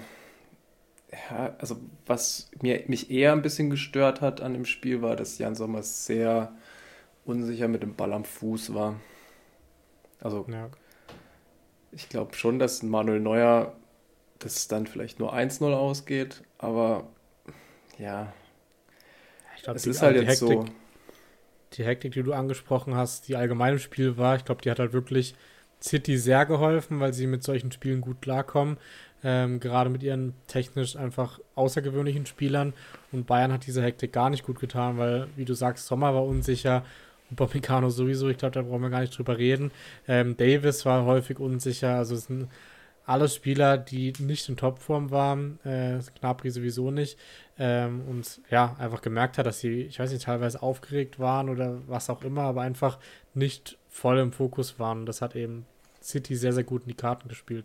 ja, also was mir, mich eher ein bisschen gestört hat an dem Spiel war, dass Jan Sommer sehr unsicher mit dem Ball am Fuß war. Also, Ja, ich glaube schon, dass Manuel Neuer das dann vielleicht nur eins null ausgeht, aber ja, ich glaube, es die, ist also halt die jetzt so. Hektik, die Hektik, die du angesprochen hast, die allgemein im Spiel war, ich glaube, die hat halt wirklich City sehr geholfen, weil sie mit solchen Spielen gut klarkommen. Ähm, gerade mit ihren technisch einfach außergewöhnlichen Spielern. Und Bayern hat diese Hektik gar nicht gut getan, weil, wie du sagst, Sommer war unsicher. Upamecano sowieso, ich glaube, da brauchen wir gar nicht drüber reden. Ähm, Davis war häufig unsicher. Also es sind alles Spieler, die nicht in Topform waren. Äh, Gnabry sowieso nicht. Ähm, und ja, einfach gemerkt hat, dass sie, ich weiß nicht, teilweise aufgeregt waren oder was auch immer, aber einfach nicht voll im Fokus waren. Und das hat eben City sehr, sehr gut in die Karten gespielt.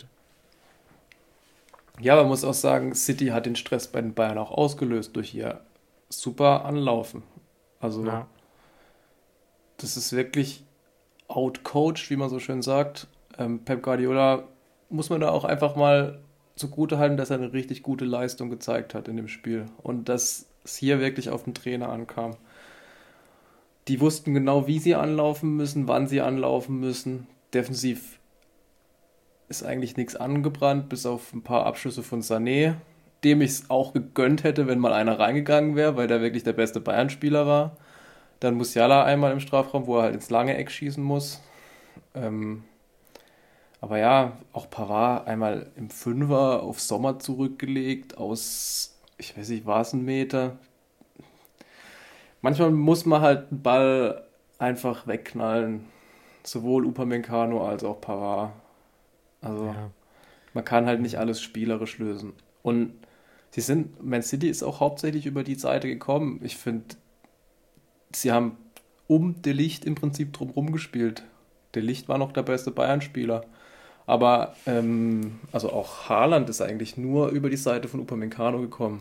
Ja, man muss auch sagen, City hat den Stress bei den Bayern auch ausgelöst durch ihr super Anlaufen. Also, Ja, das ist wirklich outcoached, wie man so schön sagt. Ähm, Pep Guardiola muss man da auch einfach mal zugute halten, dass er eine richtig gute Leistung gezeigt hat in dem Spiel. Und dass es hier wirklich auf den Trainer ankam. Die wussten genau, wie sie anlaufen müssen, wann sie anlaufen müssen. Defensiv ist eigentlich nichts angebrannt, bis auf ein paar Abschlüsse von Sané, dem ich es auch gegönnt hätte, wenn mal einer reingegangen wäre, weil der wirklich der beste Bayern-Spieler war. Dann Musiala einmal im Strafraum, wo er halt ins lange Eck schießen muss. Ähm, aber ja, auch Pavard einmal im Fünfer auf Sommer zurückgelegt, aus, ich weiß nicht, war es ein Meter? Manchmal muss man halt einen Ball einfach wegknallen, sowohl Upamecano als auch Pavard. Also ja, man kann halt nicht mhm. alles spielerisch lösen. Und sie sind, Man City ist auch hauptsächlich über die Seite gekommen. Ich finde, sie haben um De Ligt im Prinzip drumherum gespielt. De Ligt war noch der beste Bayern-Spieler. Aber ähm, also auch Haaland ist eigentlich nur über die Seite von Upamecano gekommen.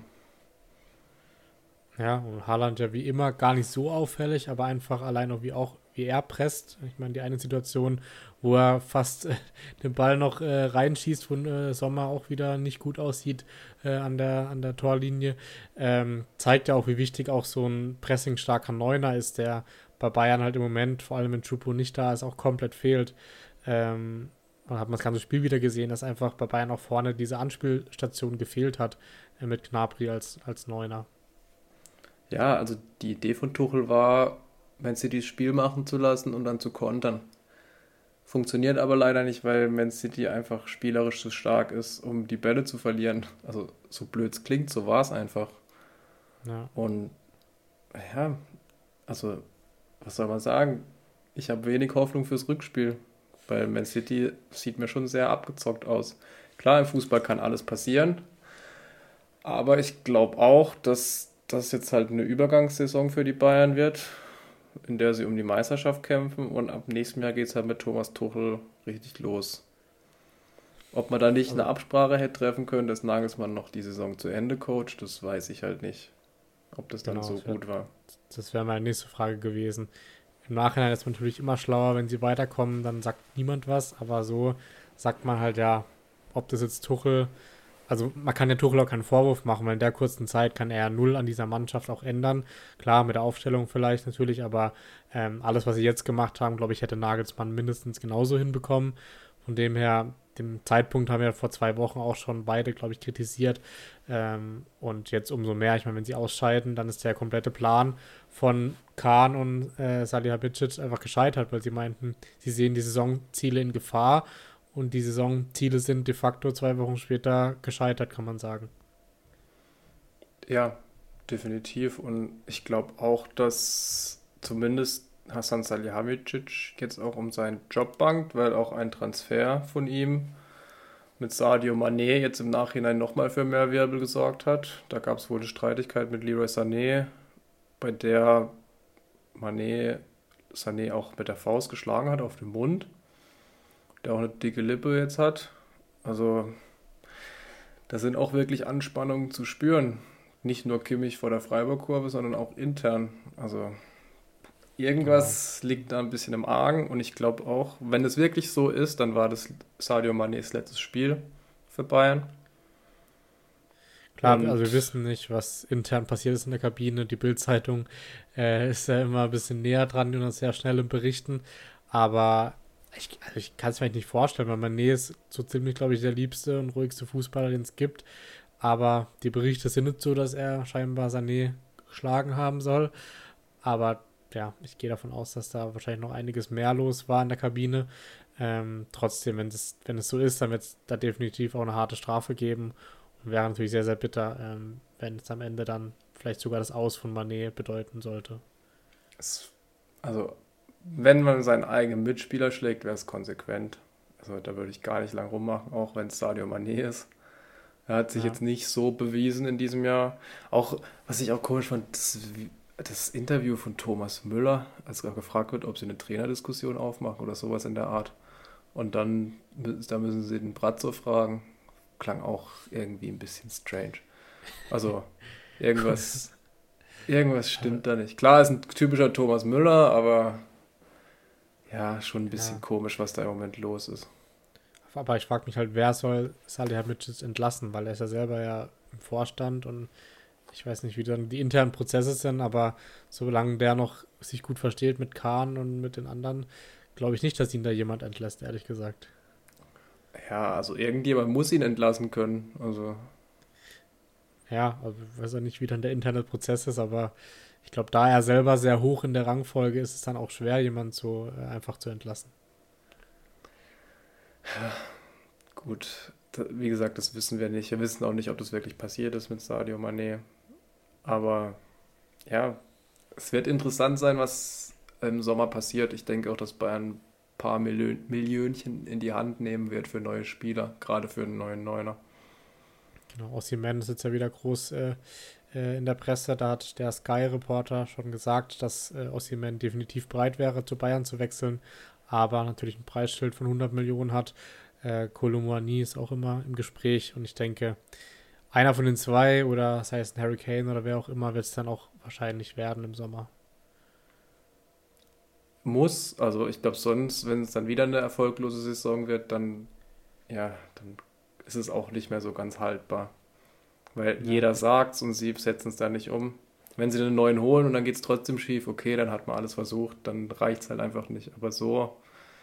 Ja, und Haaland ja wie immer gar nicht so auffällig, aber einfach allein auch wie auch wie er presst. Ich meine, die eine Situation, wo er fast äh, den Ball noch äh, reinschießt, wo äh, Sommer auch wieder nicht gut aussieht äh, an der an der Torlinie, ähm, zeigt ja auch, wie wichtig auch so ein pressingstarker Neuner ist, der bei Bayern halt im Moment, vor allem wenn Choupo nicht da ist, auch komplett fehlt. Ähm, man hat man das ganze Spiel wieder gesehen, dass einfach bei Bayern auch vorne diese Anspielstation gefehlt hat äh, mit Gnabry als als Neuner. Ja, also die Idee von Tuchel war, Man City das Spiel machen zu lassen und dann zu kontern. Funktioniert aber leider nicht, weil Man City einfach spielerisch zu stark ist, um die Bälle zu verlieren. Also so blöd es klingt, so war es einfach. Ja. Und ja, also was soll man sagen? Ich habe wenig Hoffnung fürs Rückspiel, weil Man City sieht mir schon sehr abgezockt aus. Klar, im Fußball kann alles passieren, aber ich glaube auch, dass das jetzt halt eine Übergangssaison für die Bayern wird, in der sie um die Meisterschaft kämpfen und ab nächstem Jahr geht es halt mit Thomas Tuchel richtig los. Ob man da nicht eine Also, Absprache hätte treffen können, dass Nagelsmann noch die Saison zu Ende coacht, das weiß ich halt nicht. Ob das dann genau, so das wäre gut war. das wär meine nächste Frage gewesen. Im Nachhinein ist man natürlich immer schlauer, wenn sie weiterkommen, dann sagt niemand was, aber so sagt man halt ja, ob das jetzt Tuchel, also man kann ja Tuchel auch keinen Vorwurf machen, weil in der kurzen Zeit kann er ja null an dieser Mannschaft auch ändern. Klar, mit der Aufstellung vielleicht natürlich, aber ähm, alles, was sie jetzt gemacht haben, glaube ich, hätte Nagelsmann mindestens genauso hinbekommen. Von dem her, dem Zeitpunkt haben wir vor zwei Wochen auch schon beide, glaube ich, kritisiert. Ähm, und jetzt umso mehr, ich meine, wenn sie ausscheiden, dann ist der komplette Plan von Kahn und äh, Salihamidzic einfach gescheitert, weil sie meinten, sie sehen die Saisonziele in Gefahr und die Saisonziele sind de facto zwei Wochen später gescheitert, kann man sagen. Ja, definitiv. Und ich glaube auch, dass zumindest Hasan Salihamidzic jetzt auch um seinen Job bangt, weil auch ein Transfer von ihm mit Sadio Mané jetzt im Nachhinein nochmal für mehr Wirbel gesorgt hat. Da gab es wohl eine Streitigkeit mit Leroy Sané, bei der Mané Sané auch mit der Faust geschlagen hat auf den Mund, der auch eine dicke Lippe jetzt hat. Also da sind auch wirklich Anspannungen zu spüren. Nicht nur Kimmich vor der Freiburg-Kurve, sondern auch intern. Also Genau. irgendwas liegt da ein bisschen im Argen und ich glaube auch, wenn es wirklich so ist, dann war das Sadio Manés letztes Spiel für Bayern. Klar, also wir Und wissen nicht, was intern passiert ist in der Kabine. Die Bild-Zeitung äh, ist ja immer ein bisschen näher dran und ist sehr schnell im Berichten. Aber ich, also ich kann es mir nicht vorstellen, weil Mané ist so ziemlich, glaube ich, der liebste und ruhigste Fußballer, den es gibt. Aber die Berichte sind nicht so, dass er scheinbar Sané geschlagen haben soll. Aber ja, ich gehe davon aus, dass da wahrscheinlich noch einiges mehr los war in der Kabine. Ähm, trotzdem, wenn es, wenn es so ist, dann wird es da definitiv auch eine harte Strafe geben. Und wäre natürlich sehr, sehr bitter, ähm, wenn es am Ende dann vielleicht sogar das Aus von Mané bedeuten sollte. es, also, wenn man seinen eigenen Mitspieler schlägt, wäre es konsequent. Also da würde ich gar nicht lang rummachen, auch wenn es Sadio Mané ist. Er hat sich Ja, jetzt nicht so bewiesen in diesem Jahr. Auch, was ich auch komisch fand, das, das Interview von Thomas Müller, als er gefragt wird, ob sie eine Trainerdiskussion aufmachen oder sowas in der Art. Und dann, da müssen sie den Brazzo fragen. Klang auch irgendwie ein bisschen strange. Also irgendwas, irgendwas stimmt da nicht. Klar, ist ein typischer Thomas Müller, aber ja, schon ein bisschen Ja, komisch, was da im Moment los ist. aber ich frage mich halt, wer soll Salihamidzic entlassen, weil er ist ja selber ja im Vorstand und ich weiß nicht, wie dann die internen Prozesse sind, aber solange der noch sich gut versteht mit Kahn und mit den anderen, glaube ich nicht, dass ihn da jemand entlässt, ehrlich gesagt. Ja, also irgendjemand muss ihn entlassen können. Also, Ja, also ich weiß ja nicht, wie dann der interne Prozess ist, aber ich glaube, da er selber sehr hoch in der Rangfolge ist, ist es dann auch schwer, jemanden so äh, einfach zu entlassen. gut, da, wie gesagt, das wissen wir nicht. Wir wissen auch nicht, ob das wirklich passiert ist mit Sadio Mané. Aber ja, es wird interessant sein, was im Sommer passiert. Ich denke auch, dass Bayern ein paar Millio Millionchen in die Hand nehmen wird für neue Spieler, gerade für einen neuen Neuner. Genau, Osimhen ist jetzt ja wieder groß äh, äh, in der Presse. Da hat der Sky-Reporter schon gesagt, dass äh, Osimhen definitiv bereit wäre, zu Bayern zu wechseln, aber natürlich ein Preisschild von hundert Millionen hat. Äh, Kolo Muani ist auch immer im Gespräch und ich denke, einer von den zwei oder sei es ein Harry Kane oder wer auch immer, wird es dann auch wahrscheinlich werden im Sommer. Muss, also ich glaube sonst, wenn es dann wieder eine erfolglose Saison wird, dann, ja, dann ist es auch nicht mehr so ganz haltbar. Weil Ja, jeder sagt's und sie setzen es dann nicht um. Wenn sie einen neuen holen und dann geht es trotzdem schief, okay, dann hat man alles versucht, dann reicht es halt einfach nicht. Aber so,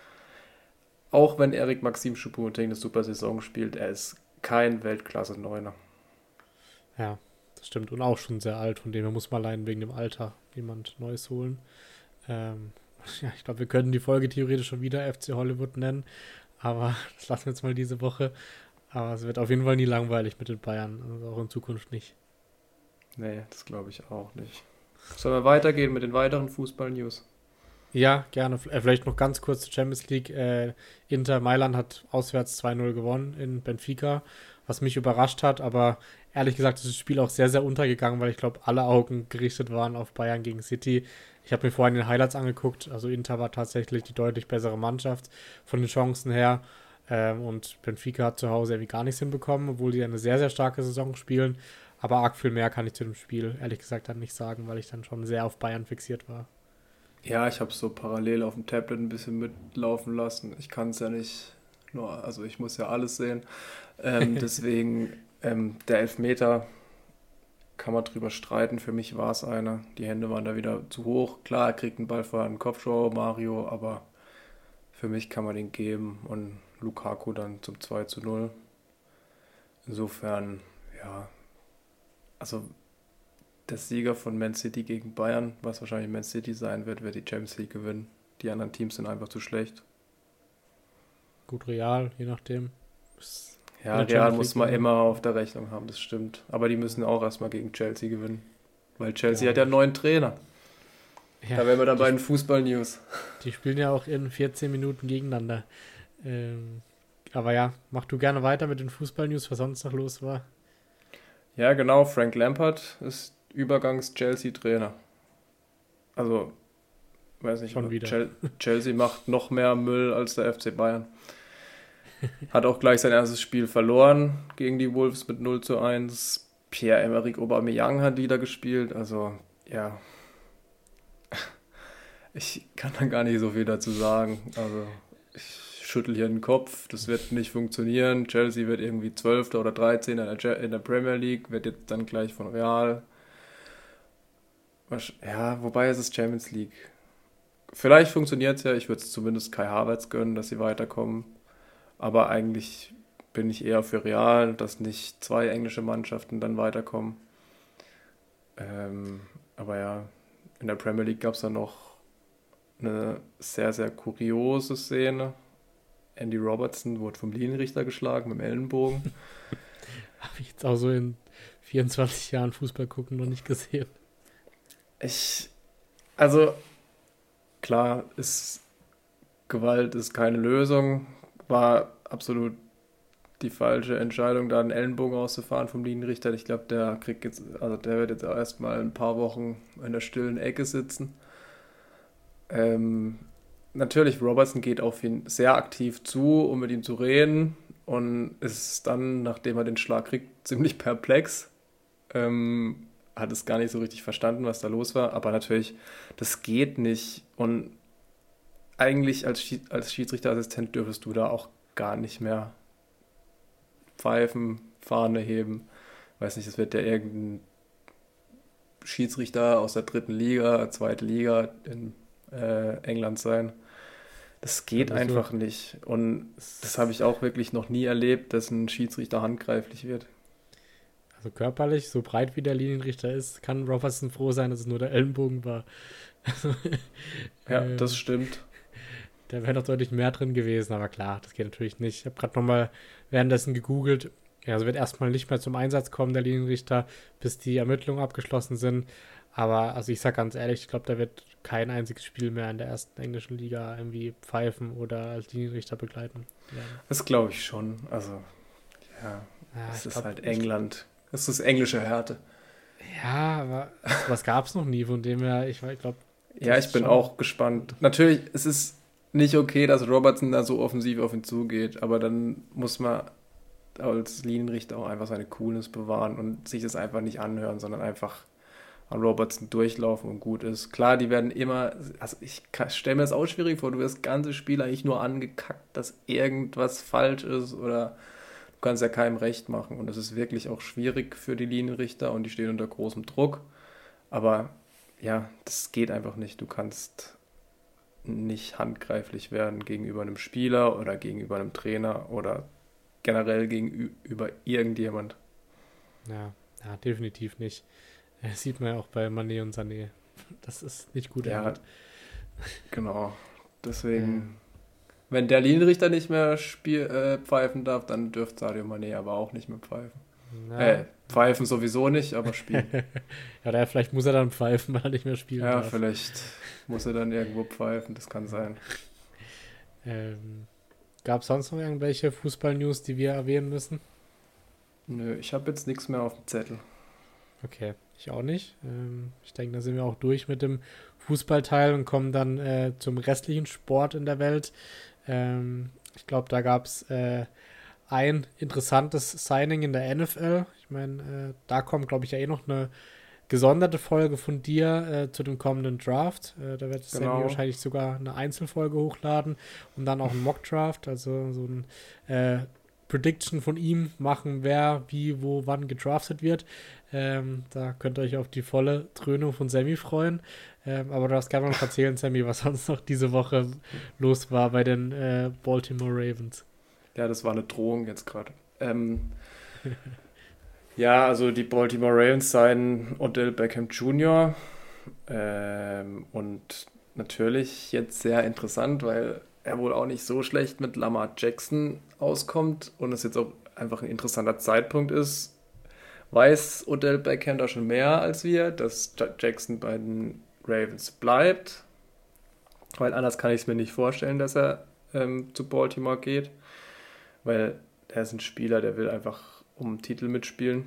auch wenn Erik Maxim Choupo-Moting eine super Saison spielt, er ist kein Weltklasse-Neuner. ja, das stimmt. Und auch schon sehr alt, von dem her muss man allein wegen dem Alter jemand Neues holen. Ähm, ja, ich glaube, wir können die Folge theoretisch schon wieder F C Hollywood nennen, aber das lassen wir jetzt mal diese Woche. Aber es wird auf jeden Fall nie langweilig mit den Bayern, also auch in Zukunft nicht. Nee, das glaube ich auch nicht. Sollen wir weitergehen mit den weiteren Fußball-News? Ja, gerne. Äh, Vielleicht noch ganz kurz zur Champions League. Äh, Inter Mailand hat auswärts zwei null gewonnen in Benfica, was mich überrascht hat, aber ehrlich gesagt ist das Spiel auch sehr, sehr untergegangen, weil ich glaube, alle Augen gerichtet waren auf Bayern gegen City. Ich habe mir vorhin den Highlights angeguckt, also Inter war tatsächlich die deutlich bessere Mannschaft von den Chancen her. Ähm, und Benfica hat zu Hause irgendwie gar nichts hinbekommen, obwohl die eine sehr, sehr starke Saison spielen. Aber arg viel mehr kann ich zu dem Spiel ehrlich gesagt dann nicht sagen, weil ich dann schon sehr auf Bayern fixiert war. Ja, ich habe so parallel auf dem Tablet ein bisschen mitlaufen lassen. Ich kann es ja nicht nur, also ich muss ja alles sehen. Ähm, deswegen, ähm, der Elfmeter kann man drüber streiten. Für mich war es einer. Die Hände waren da wieder zu hoch. Klar, er kriegt einen Ball vor einen Kopfschau, Mario, aber für mich kann man den geben und Lukaku dann zum zwei zu null. Insofern, ja, also der Sieger von Man City gegen Bayern, was wahrscheinlich Man City sein wird, wird die Champions League gewinnen. Die anderen Teams sind einfach zu schlecht. Gut Real, je nachdem. Ist in Ja, der Real Champions muss League man immer. immer auf der Rechnung haben, das stimmt. Aber die müssen auch erstmal gegen Chelsea gewinnen. Weil Chelsea Ja, hat ja die, einen neuen Trainer. ja, Da wären wir dann die, bei den Fußball-News. die spielen ja auch in vierzehn Minuten gegeneinander. Ähm, aber ja, mach du gerne weiter mit den Fußball-News, was sonst noch los war. Ja, genau, Frank Lampard ist Übergangs-Chelsea-Trainer. Also, weiß nicht, Schon wieder. Chel Chelsea macht noch mehr Müll als der F C Bayern. Hat auch gleich sein erstes Spiel verloren gegen die Wolves mit null zu eins. Pierre-Emerick Aubameyang hat wieder gespielt. Also, ja, ich kann da gar nicht so viel dazu sagen. Also, ich schüttel hier den Kopf. Das wird nicht funktionieren. Chelsea wird irgendwie Zwölfter oder Dreizehnter in der, in der Premier League, wird jetzt dann gleich von Real. Ja, wobei es ist Champions League. Vielleicht funktioniert es ja. Ich würde es zumindest Kai Havertz gönnen, dass sie weiterkommen. Aber eigentlich bin ich eher für Real, dass nicht zwei englische Mannschaften dann weiterkommen. Ähm, aber ja, in der Premier League gab es dann noch eine sehr, sehr kuriose Szene. Andy Robertson wurde vom Linienrichter geschlagen mit dem Ellenbogen. Habe ich jetzt auch so in vierundzwanzig Jahren Fußball gucken noch nicht gesehen. Ich, also klar, ist, Gewalt ist keine Lösung. War absolut die falsche Entscheidung, da einen Ellenbogen auszufahren vom Linienrichter. Ich glaube, der kriegt jetzt, also der wird jetzt auch erstmal ein paar Wochen in der stillen Ecke sitzen. Ähm, natürlich, Robertson geht auf ihn sehr aktiv zu, um mit ihm zu reden und ist dann, nachdem er den Schlag kriegt, ziemlich perplex. Ähm, hat es gar nicht so richtig verstanden, was da los war, aber natürlich, das geht nicht und eigentlich als, Schied als Schiedsrichterassistent dürftest du da auch gar nicht mehr pfeifen, Fahne heben. Weiß nicht, es wird ja irgendein Schiedsrichter aus der dritten Liga, zweite Liga in äh, England sein. Das geht Also so, einfach nicht. Und das habe ich auch wirklich noch nie erlebt, dass ein Schiedsrichter handgreiflich wird. also körperlich, so breit wie der Linienrichter ist, kann Robertson froh sein, dass es nur der Ellenbogen war. Also, Ja, das ähm, stimmt. da wäre noch deutlich mehr drin gewesen, aber klar, das geht natürlich nicht. Ich habe gerade nochmal währenddessen gegoogelt. Ja, also wird erstmal nicht mehr zum Einsatz kommen, der Linienrichter, bis die Ermittlungen abgeschlossen sind. Aber also ich sag ganz ehrlich, ich glaube, da wird kein einziges Spiel mehr in der ersten englischen Liga irgendwie pfeifen oder als Linienrichter begleiten werden. Das glaube ich schon. Also, ja, Ja, es ich ist glaube, halt ich, England. Es ist englische Härte. ja, aber was gab es noch nie, von dem her, ich, ich glaube, Ja, das ich ist bin schon. auch gespannt. Natürlich, es ist nicht okay, dass Robertson da so offensiv auf ihn zugeht, aber dann muss man als Linienrichter auch einfach seine Coolness bewahren und sich das einfach nicht anhören, sondern einfach an Robertson durchlaufen und gut ist. Klar, die werden immer, also ich stelle mir das auch schwierig vor, du wirst das ganze Spiel eigentlich nur angekackt, dass irgendwas falsch ist oder du kannst ja keinem recht machen und das ist wirklich auch schwierig für die Linienrichter und die stehen unter großem Druck, aber ja, das geht einfach nicht. Du kannst nicht handgreiflich werden gegenüber einem Spieler oder gegenüber einem Trainer oder generell gegenüber irgendjemand. Ja, ja, definitiv nicht. Das sieht man ja auch bei Mané und Sané. Das ist nicht gut Ja, endet. genau. Äh, Deswegen, wenn der Linienrichter nicht mehr spiel, äh, pfeifen darf, dann dürfte Sadio Mané aber auch nicht mehr pfeifen. na, Äh, pfeifen sowieso nicht, aber spielen. ja, da vielleicht muss er dann pfeifen, weil er nicht mehr spielen Ja, darf. vielleicht muss er dann irgendwo pfeifen, das kann sein. Ähm, Gab es sonst noch irgendwelche Fußball-News, die wir erwähnen müssen? Nö, ich habe jetzt nichts mehr auf dem Zettel. Okay, ich auch nicht. Ähm, ich denke, da sind wir auch durch mit dem Fußballteil und kommen dann äh, zum restlichen Sport in der Welt. Ähm, ich glaube, da gab es äh, ein interessantes Signing in der N F L. Ich meine, äh, da kommt, glaube ich, ja eh noch eine gesonderte Folge von dir äh, zu dem kommenden Draft. Äh, da wird Sammy Genau. wahrscheinlich sogar eine Einzelfolge hochladen und dann auch einen Mock-Draft, also so ein äh, Prediction von ihm machen, wer, wie, wo, wann gedraftet wird. Ähm, da könnt ihr euch auf die volle Dröhnung von Sammy freuen. Ähm, aber du darfst gerne mal noch erzählen, Sammy, was sonst noch diese Woche los war bei den äh, Baltimore Ravens. Ja, das war eine Drohung jetzt gerade. Ähm, ja, also die Baltimore Ravens seien Odell Beckham Junior Ähm, und natürlich jetzt sehr interessant, weil er wohl auch nicht so schlecht mit Lamar Jackson auskommt und es jetzt auch einfach ein interessanter Zeitpunkt ist. Weiß Odell Beckham da schon mehr als wir, dass Ja- Jackson bei den Ravens bleibt, weil anders kann ich es mir nicht vorstellen, dass er ähm, zu Baltimore geht, weil er ist ein Spieler, der will einfach um den Titel mitspielen.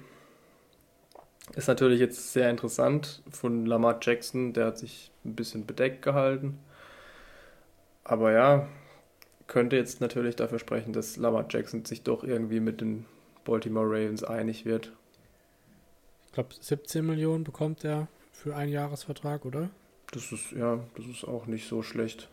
Ist natürlich jetzt sehr interessant von Lamar Jackson, der hat sich ein bisschen bedeckt gehalten. Aber ja, könnte jetzt natürlich dafür sprechen, dass Lamar Jackson sich doch irgendwie mit den Baltimore Ravens einig wird. Ich glaube, siebzehn Millionen bekommt er für einen Jahresvertrag, oder? Das ist, ja, das ist auch nicht so schlecht.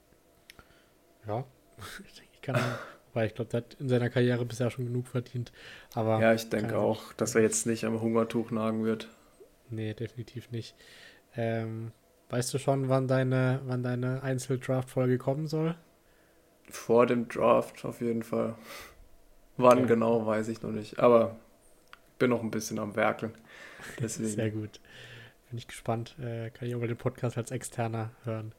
Ja, ich denke, ich kann ihn, wobei ich glaube, der hat in seiner Karriere bisher schon genug verdient. Aber Ja, ich kann denke natürlich, auch, dass er jetzt nicht am Hungertuch nagen wird. nee, definitiv nicht. Ähm, Weißt du schon, wann deine, wann deine Einzel-Draft-Folge kommen soll? Vor dem Draft auf jeden Fall. Wann Okay, genau, weiß ich noch nicht. Aber ich bin noch ein bisschen am Werkeln. sehr Deswegen. gut. Bin ich gespannt. Äh, kann ich auch mal den Podcast als Externer hören.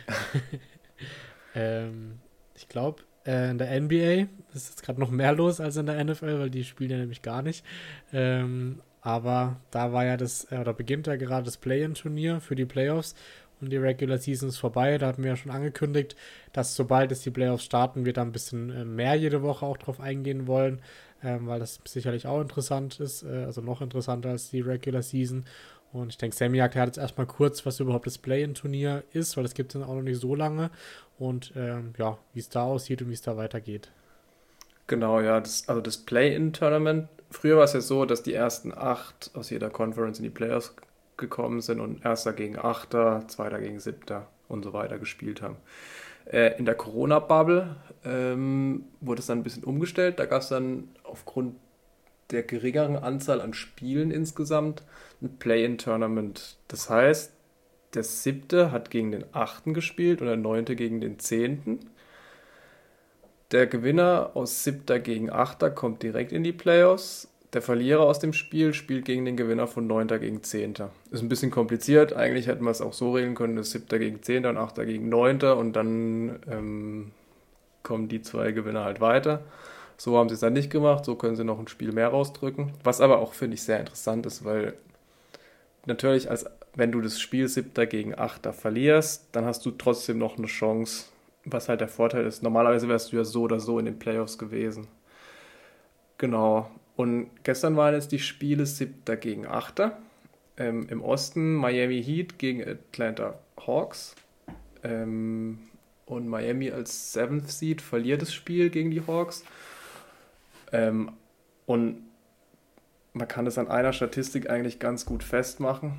Ähm, Ich glaube, äh, in der N B A ist jetzt gerade noch mehr los als in der N F L, weil die spielen ja nämlich gar nicht. Ähm, aber da war ja das, äh, oder beginnt ja gerade das Play-In-Turnier für die Playoffs und die Regular Season ist vorbei. Da hatten wir ja schon angekündigt, dass sobald es die Playoffs starten, wir da ein bisschen äh, mehr jede Woche auch drauf eingehen wollen, ähm, weil das sicherlich auch interessant ist, äh, also noch interessanter als die Regular Season. Und ich denke, Sammy erklärt jetzt erstmal kurz, was überhaupt das Play-In-Turnier ist, weil das gibt es dann auch noch nicht so lange. Und ähm, ja, wie es da aussieht und wie es da weitergeht. Genau, ja, das, also das Play-In-Tournament. Früher war es ja so, dass die ersten acht aus jeder Conference in die Playoffs gekommen sind und Erster gegen Achter, Zweiter gegen Siebter und so weiter gespielt haben. Äh, in der Corona-Bubble ähm, wurde es dann ein bisschen umgestellt. Da gab es dann aufgrund der geringeren Anzahl an Spielen insgesamt ein Play-In-Tournament. Das heißt, der Siebte hat gegen den Achten gespielt und der Neunte gegen den Zehnten. Der Gewinner aus Siebter gegen Achter kommt direkt in die Playoffs. Der Verlierer aus dem Spiel spielt gegen den Gewinner von Neunter gegen Zehnter. Ist ein bisschen kompliziert. Eigentlich hätten wir es auch so regeln können, dass Siebter gegen Zehnter und Achter gegen Neunter und dann ähm, kommen die zwei Gewinner halt weiter. So haben sie es dann nicht gemacht. So können sie noch ein Spiel mehr rausdrücken. Was aber auch, finde ich, sehr interessant ist, weil natürlich, als wenn du das Spiel Siebter gegen Achter verlierst, dann hast du trotzdem noch eine Chance. Was halt der Vorteil ist, normalerweise wärst du ja so oder so in den Playoffs gewesen. Genau. Und gestern waren jetzt die Spiele Siebter gegen Achter. Ähm, Im Osten Miami Heat gegen Atlanta Hawks. Ähm, und Miami als Seventh Seed verliert das Spiel gegen die Hawks. Ähm, und man kann das an einer Statistik eigentlich ganz gut festmachen.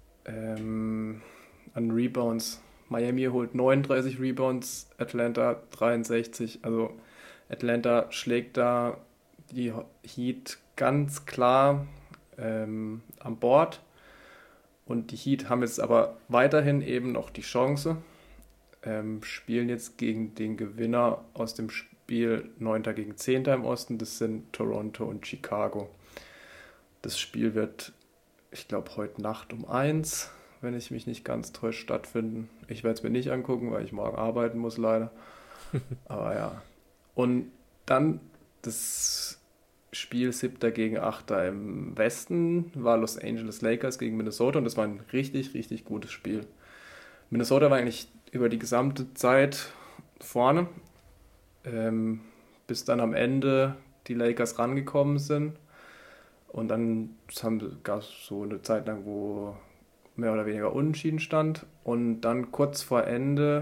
Ähm, an Rebounds. Miami holt neununddreißig Rebounds, Atlanta dreiundsechzig. Also Atlanta schlägt da die Heat ganz klar ähm, an Bord. Und die Heat haben jetzt aber weiterhin eben noch die Chance, ähm, spielen jetzt gegen den Gewinner aus dem Spiel Neunter gegen Zehnter im Osten. Das sind Toronto und Chicago. Das Spiel wird, ich glaube, heute Nacht um eins, wenn ich mich nicht ganz täusche, stattfinden. Ich werde es mir nicht angucken, weil ich morgen arbeiten muss, leider. Aber ja. Und dann das Spiel Siebter gegen Achter im Westen war Los Angeles Lakers gegen Minnesota und das war ein richtig, richtig gutes Spiel. Minnesota war eigentlich über die gesamte Zeit vorne, ähm, bis dann am Ende die Lakers rangekommen sind. Und dann gab es so eine Zeit lang, wo mehr oder weniger unentschieden stand. Und dann kurz vor Ende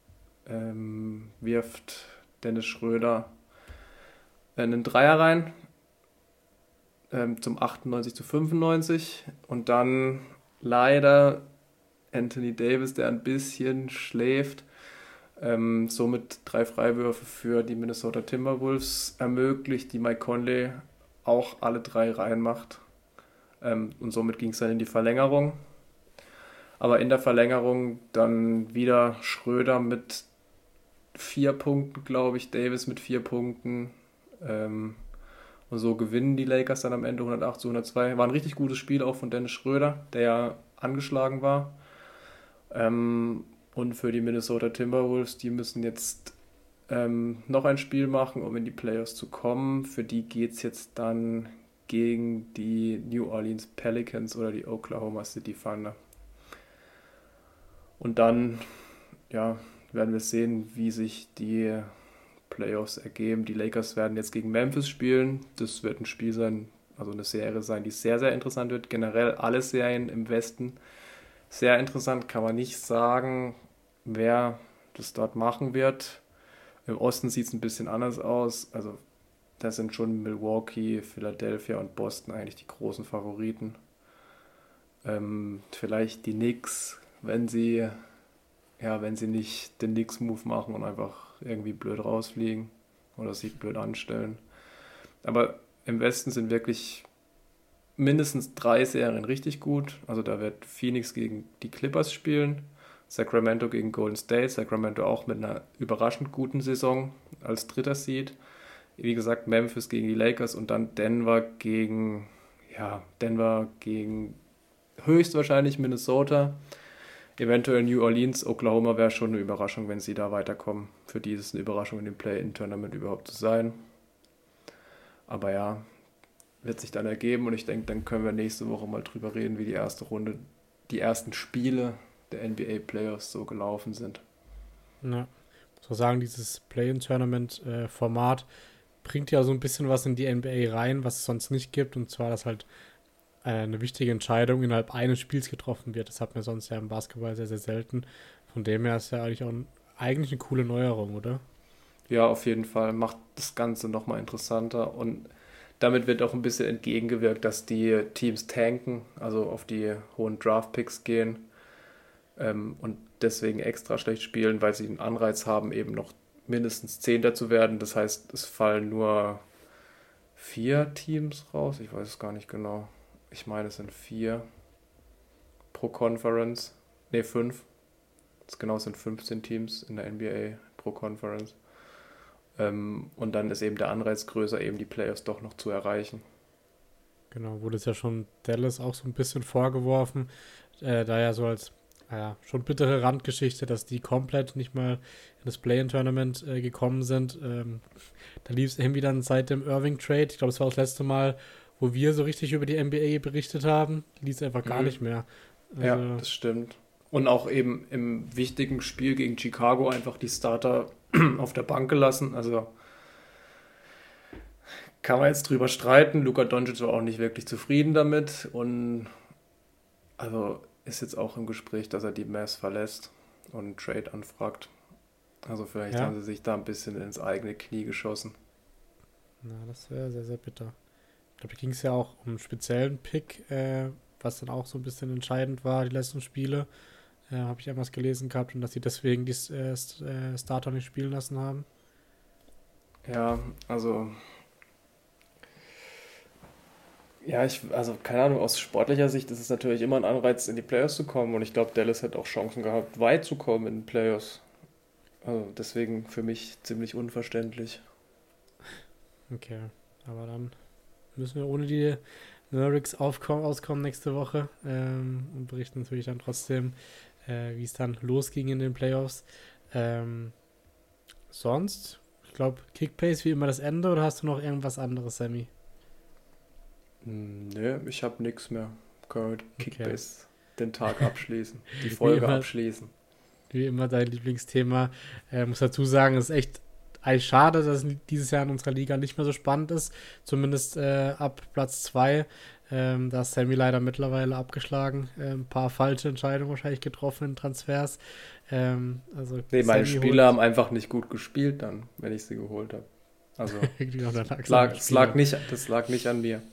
ähm, wirft Dennis Schröder einen Dreier rein ähm, zum achtundneunzig zu fünfundneunzig. Und dann leider Anthony Davis, der ein bisschen schläft, ähm, somit drei Freiwürfe für die Minnesota Timberwolves ermöglicht, die Mike Conley auch alle drei reinmacht. Ähm, und somit ging es dann in die Verlängerung. Aber in der Verlängerung dann wieder Schröder mit vier Punkten, glaube ich, Davis mit vier Punkten. Ähm, und so gewinnen die Lakers dann am Ende hundertacht zu hundertzwei. War ein richtig gutes Spiel auch von Dennis Schröder, der ja angeschlagen war. Ähm, und für die Minnesota Timberwolves, die müssen jetzt ähm, noch ein Spiel machen, um in die Playoffs zu kommen. Für die geht es jetzt dann gegen die New Orleans Pelicans oder die Oklahoma City Thunder. Und dann ja, werden wir sehen, wie sich die Playoffs ergeben. Die Lakers werden jetzt gegen Memphis spielen. Das wird ein Spiel sein, also eine Serie sein, die sehr, sehr interessant wird. Generell alle Serien im Westen sehr interessant. Kann man nicht sagen, wer das dort machen wird. Im Osten sieht es ein bisschen anders aus. Also da sind schon Milwaukee, Philadelphia und Boston eigentlich die großen Favoriten. Ähm, vielleicht die Knicks, wenn sie, ja, wenn sie nicht den Knicks-Move machen und einfach irgendwie blöd rausfliegen oder sich blöd anstellen. Aber im Westen sind wirklich mindestens drei Serien richtig gut. Also da wird Phoenix gegen die Clippers spielen, Sacramento gegen Golden State, Sacramento auch mit einer überraschend guten Saison als dritter Seed. Wie gesagt, Memphis gegen die Lakers und dann Denver gegen, ja, Denver gegen höchstwahrscheinlich Minnesota, eventuell New Orleans. Oklahoma wäre schon eine Überraschung, wenn sie da weiterkommen. Für die ist es eine Überraschung, in dem Play-In-Tournament überhaupt zu sein. Aber ja, wird sich dann ergeben und ich denke, dann können wir nächste Woche mal drüber reden, wie die erste Runde, die ersten Spiele der N B A Playoffs so gelaufen sind. Ja, muss man sagen, dieses Play-In-Tournament-Format bringt ja so ein bisschen was in die N B A rein, was es sonst nicht gibt, und zwar, dass halt äh, eine wichtige Entscheidung innerhalb eines Spiels getroffen wird. Das hat man sonst ja im Basketball sehr, sehr selten. Von dem her ist ja eigentlich auch ein, eigentlich eine coole Neuerung, oder? Ja, auf jeden Fall macht das Ganze nochmal interessanter und damit wird auch ein bisschen entgegengewirkt, dass die Teams tanken, also auf die hohen Draft-Picks gehen ähm, und deswegen extra schlecht spielen, weil sie einen Anreiz haben, eben noch mindestens Zehnter zu werden. Das heißt, es fallen nur vier Teams raus. Ich weiß es gar nicht genau. Ich meine, es sind vier pro Conference. Ne, fünf. Das genau sind fünfzehn Teams in der N B A pro Conference. Ähm, und dann ist eben der Anreiz größer, eben die Playoffs doch noch zu erreichen. Genau, wurde es ja schon Dallas auch so ein bisschen vorgeworfen, äh, da ja so als, naja, schon bittere Randgeschichte, dass die komplett nicht mal in das Play-in-Tournament äh, gekommen sind. Ähm, da lief es irgendwie dann seit dem Irving-Trade, ich glaube, es war das letzte Mal, wo wir so richtig über die N B A berichtet haben, lief es einfach gar Mhm. nicht mehr. Ja, Also, das stimmt. Und auch eben im wichtigen Spiel gegen Chicago einfach die Starter auf der Bank gelassen. Also kann man jetzt drüber streiten. Luka Doncic war auch nicht wirklich zufrieden damit und also ist jetzt auch im Gespräch, dass er die Mavs verlässt und einen Trade anfragt. Also vielleicht ja, haben sie sich da ein bisschen ins eigene Knie geschossen. na, das wäre sehr, sehr bitter. Ich glaube, da ging es ja auch um einen speziellen Pick, äh, was dann auch so ein bisschen entscheidend war, die letzten Spiele. Äh, Habe ich irgendwas gelesen gehabt und dass sie deswegen die äh, St- äh, Starter nicht spielen lassen haben. Ja, also ja, ich, also keine Ahnung, aus sportlicher Sicht ist es natürlich immer ein Anreiz, in die Playoffs zu kommen und ich glaube, Dallas hätte auch Chancen gehabt, weit zu kommen in den Playoffs. Also deswegen für mich ziemlich unverständlich. Okay, aber dann müssen wir ohne die Mavericks aufkommen, auskommen nächste Woche ähm, und berichten natürlich dann trotzdem, äh, wie es dann losging in den Playoffs. Ähm, sonst, ich glaube, Kickpace wie immer das Ende oder hast du noch irgendwas anderes, Sammy? Hm, nee, ich habe nichts mehr. Können wir mit Okay. Kickbase den Tag abschließen, die Wie Folge immer, abschließen. wie immer dein Lieblingsthema. Äh, muss dazu sagen, es ist echt eigentlich schade, dass es dieses Jahr in unserer Liga nicht mehr so spannend ist. Zumindest äh, ab Platz zwei. Ähm, da ist Sammy leider mittlerweile abgeschlagen. Äh, ein paar falsche Entscheidungen wahrscheinlich getroffen in Transfers. Ähm, also Nee, meine Sammy Spieler holt haben einfach nicht gut gespielt dann, wenn ich sie geholt habe. Also, genau der langsame lag, es lag Spieler. nicht, das lag nicht an mir.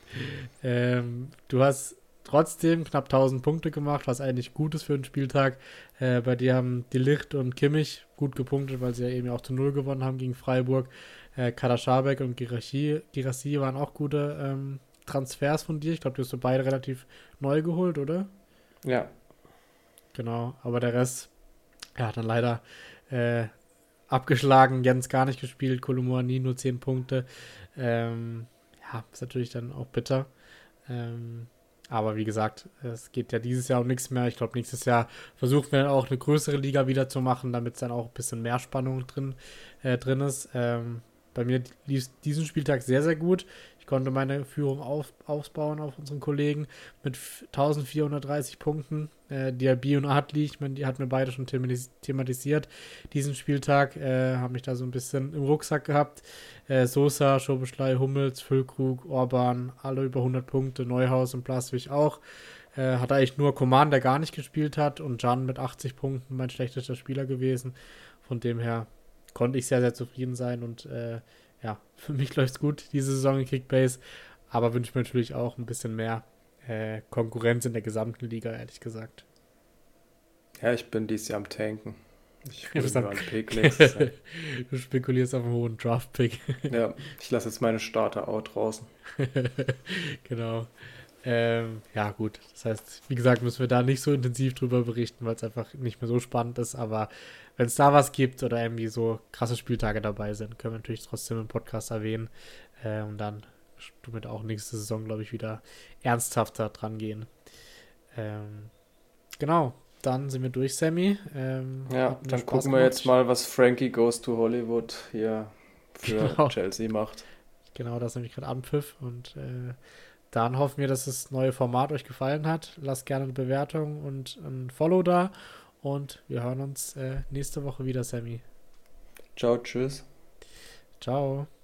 Ähm, du hast trotzdem knapp tausend Punkte gemacht, was eigentlich gut ist für einen Spieltag. Äh, bei dir haben die Licht und Kimmich gut gepunktet, weil sie ja eben auch zu Null gewonnen haben gegen Freiburg. Äh, Kader Schabek und Girassi, Girassi waren auch gute ähm, Transfers von dir. Ich glaube, die hast du beide relativ neu geholt, oder? Ja, Genau, aber der Rest, ja, hat dann leider äh, abgeschlagen. Jens gar nicht gespielt, Kolumani nur zehn Punkte. Ähm, ja, ist natürlich dann auch bitter. Ähm, aber wie gesagt, es geht ja dieses Jahr um nichts mehr. Ich glaube, nächstes Jahr versuchen wir dann auch eine größere Liga wieder zu machen, damit es dann auch ein bisschen mehr Spannung drin, äh, drin ist. Ähm, bei mir lief es diesen Spieltag sehr, sehr gut. Ich konnte meine Führung auf, aufbauen auf unseren Kollegen mit eintausendvierhundertdreißig Punkten. Äh, Diaby und Adli, ich meine, die hatten wir beide schon thematis thematisiert. Diesen Spieltag äh, habe ich da so ein bisschen im Rucksack gehabt. Äh, Sosa, Schobeschlei, Hummels, Füllkrug, Orban, alle über hundert Punkte, Neuhaus und Blaswig auch. Äh, hat eigentlich nur Coman, der gar nicht gespielt hat und Can mit achtzig Punkten mein schlechtester Spieler gewesen. Von dem her konnte ich sehr, sehr zufrieden sein und äh, ja, für mich läuft es gut diese Saison in Kickbase, aber wünsche mir natürlich auch ein bisschen mehr äh, Konkurrenz in der gesamten Liga, ehrlich gesagt. ja, ich bin dieses Jahr am Tanken. Ich Du, hole bist mir am- einen Pick nächstes Jahr. du spekulierst auf einen hohen Draft-Pick. Ja, ich lasse jetzt meine Starter out draußen. Genau. Ähm, ja, gut. Das heißt, wie gesagt, müssen wir da nicht so intensiv drüber berichten, weil es einfach nicht mehr so spannend ist. Aber wenn es da was gibt oder irgendwie so krasse Spieltage dabei sind, können wir natürlich trotzdem im Podcast erwähnen. Äh, und dann damit auch nächste Saison, glaube ich, wieder ernsthafter dran gehen. Ähm, genau. Dann sind wir durch, Sammy. Ähm, Ja, hat mir dann Spaß gucken wir jetzt gemacht. mal, was Frankie Goes to Hollywood hier für Genau. Chelsea macht. Genau, das ist nämlich gerade Anpfiff. Und äh, dann hoffen wir, dass das neue Format euch gefallen hat. Lasst gerne eine Bewertung und ein Follow da. Und wir hören uns äh, nächste Woche wieder, Sammy. Ciao, tschüss. Ciao.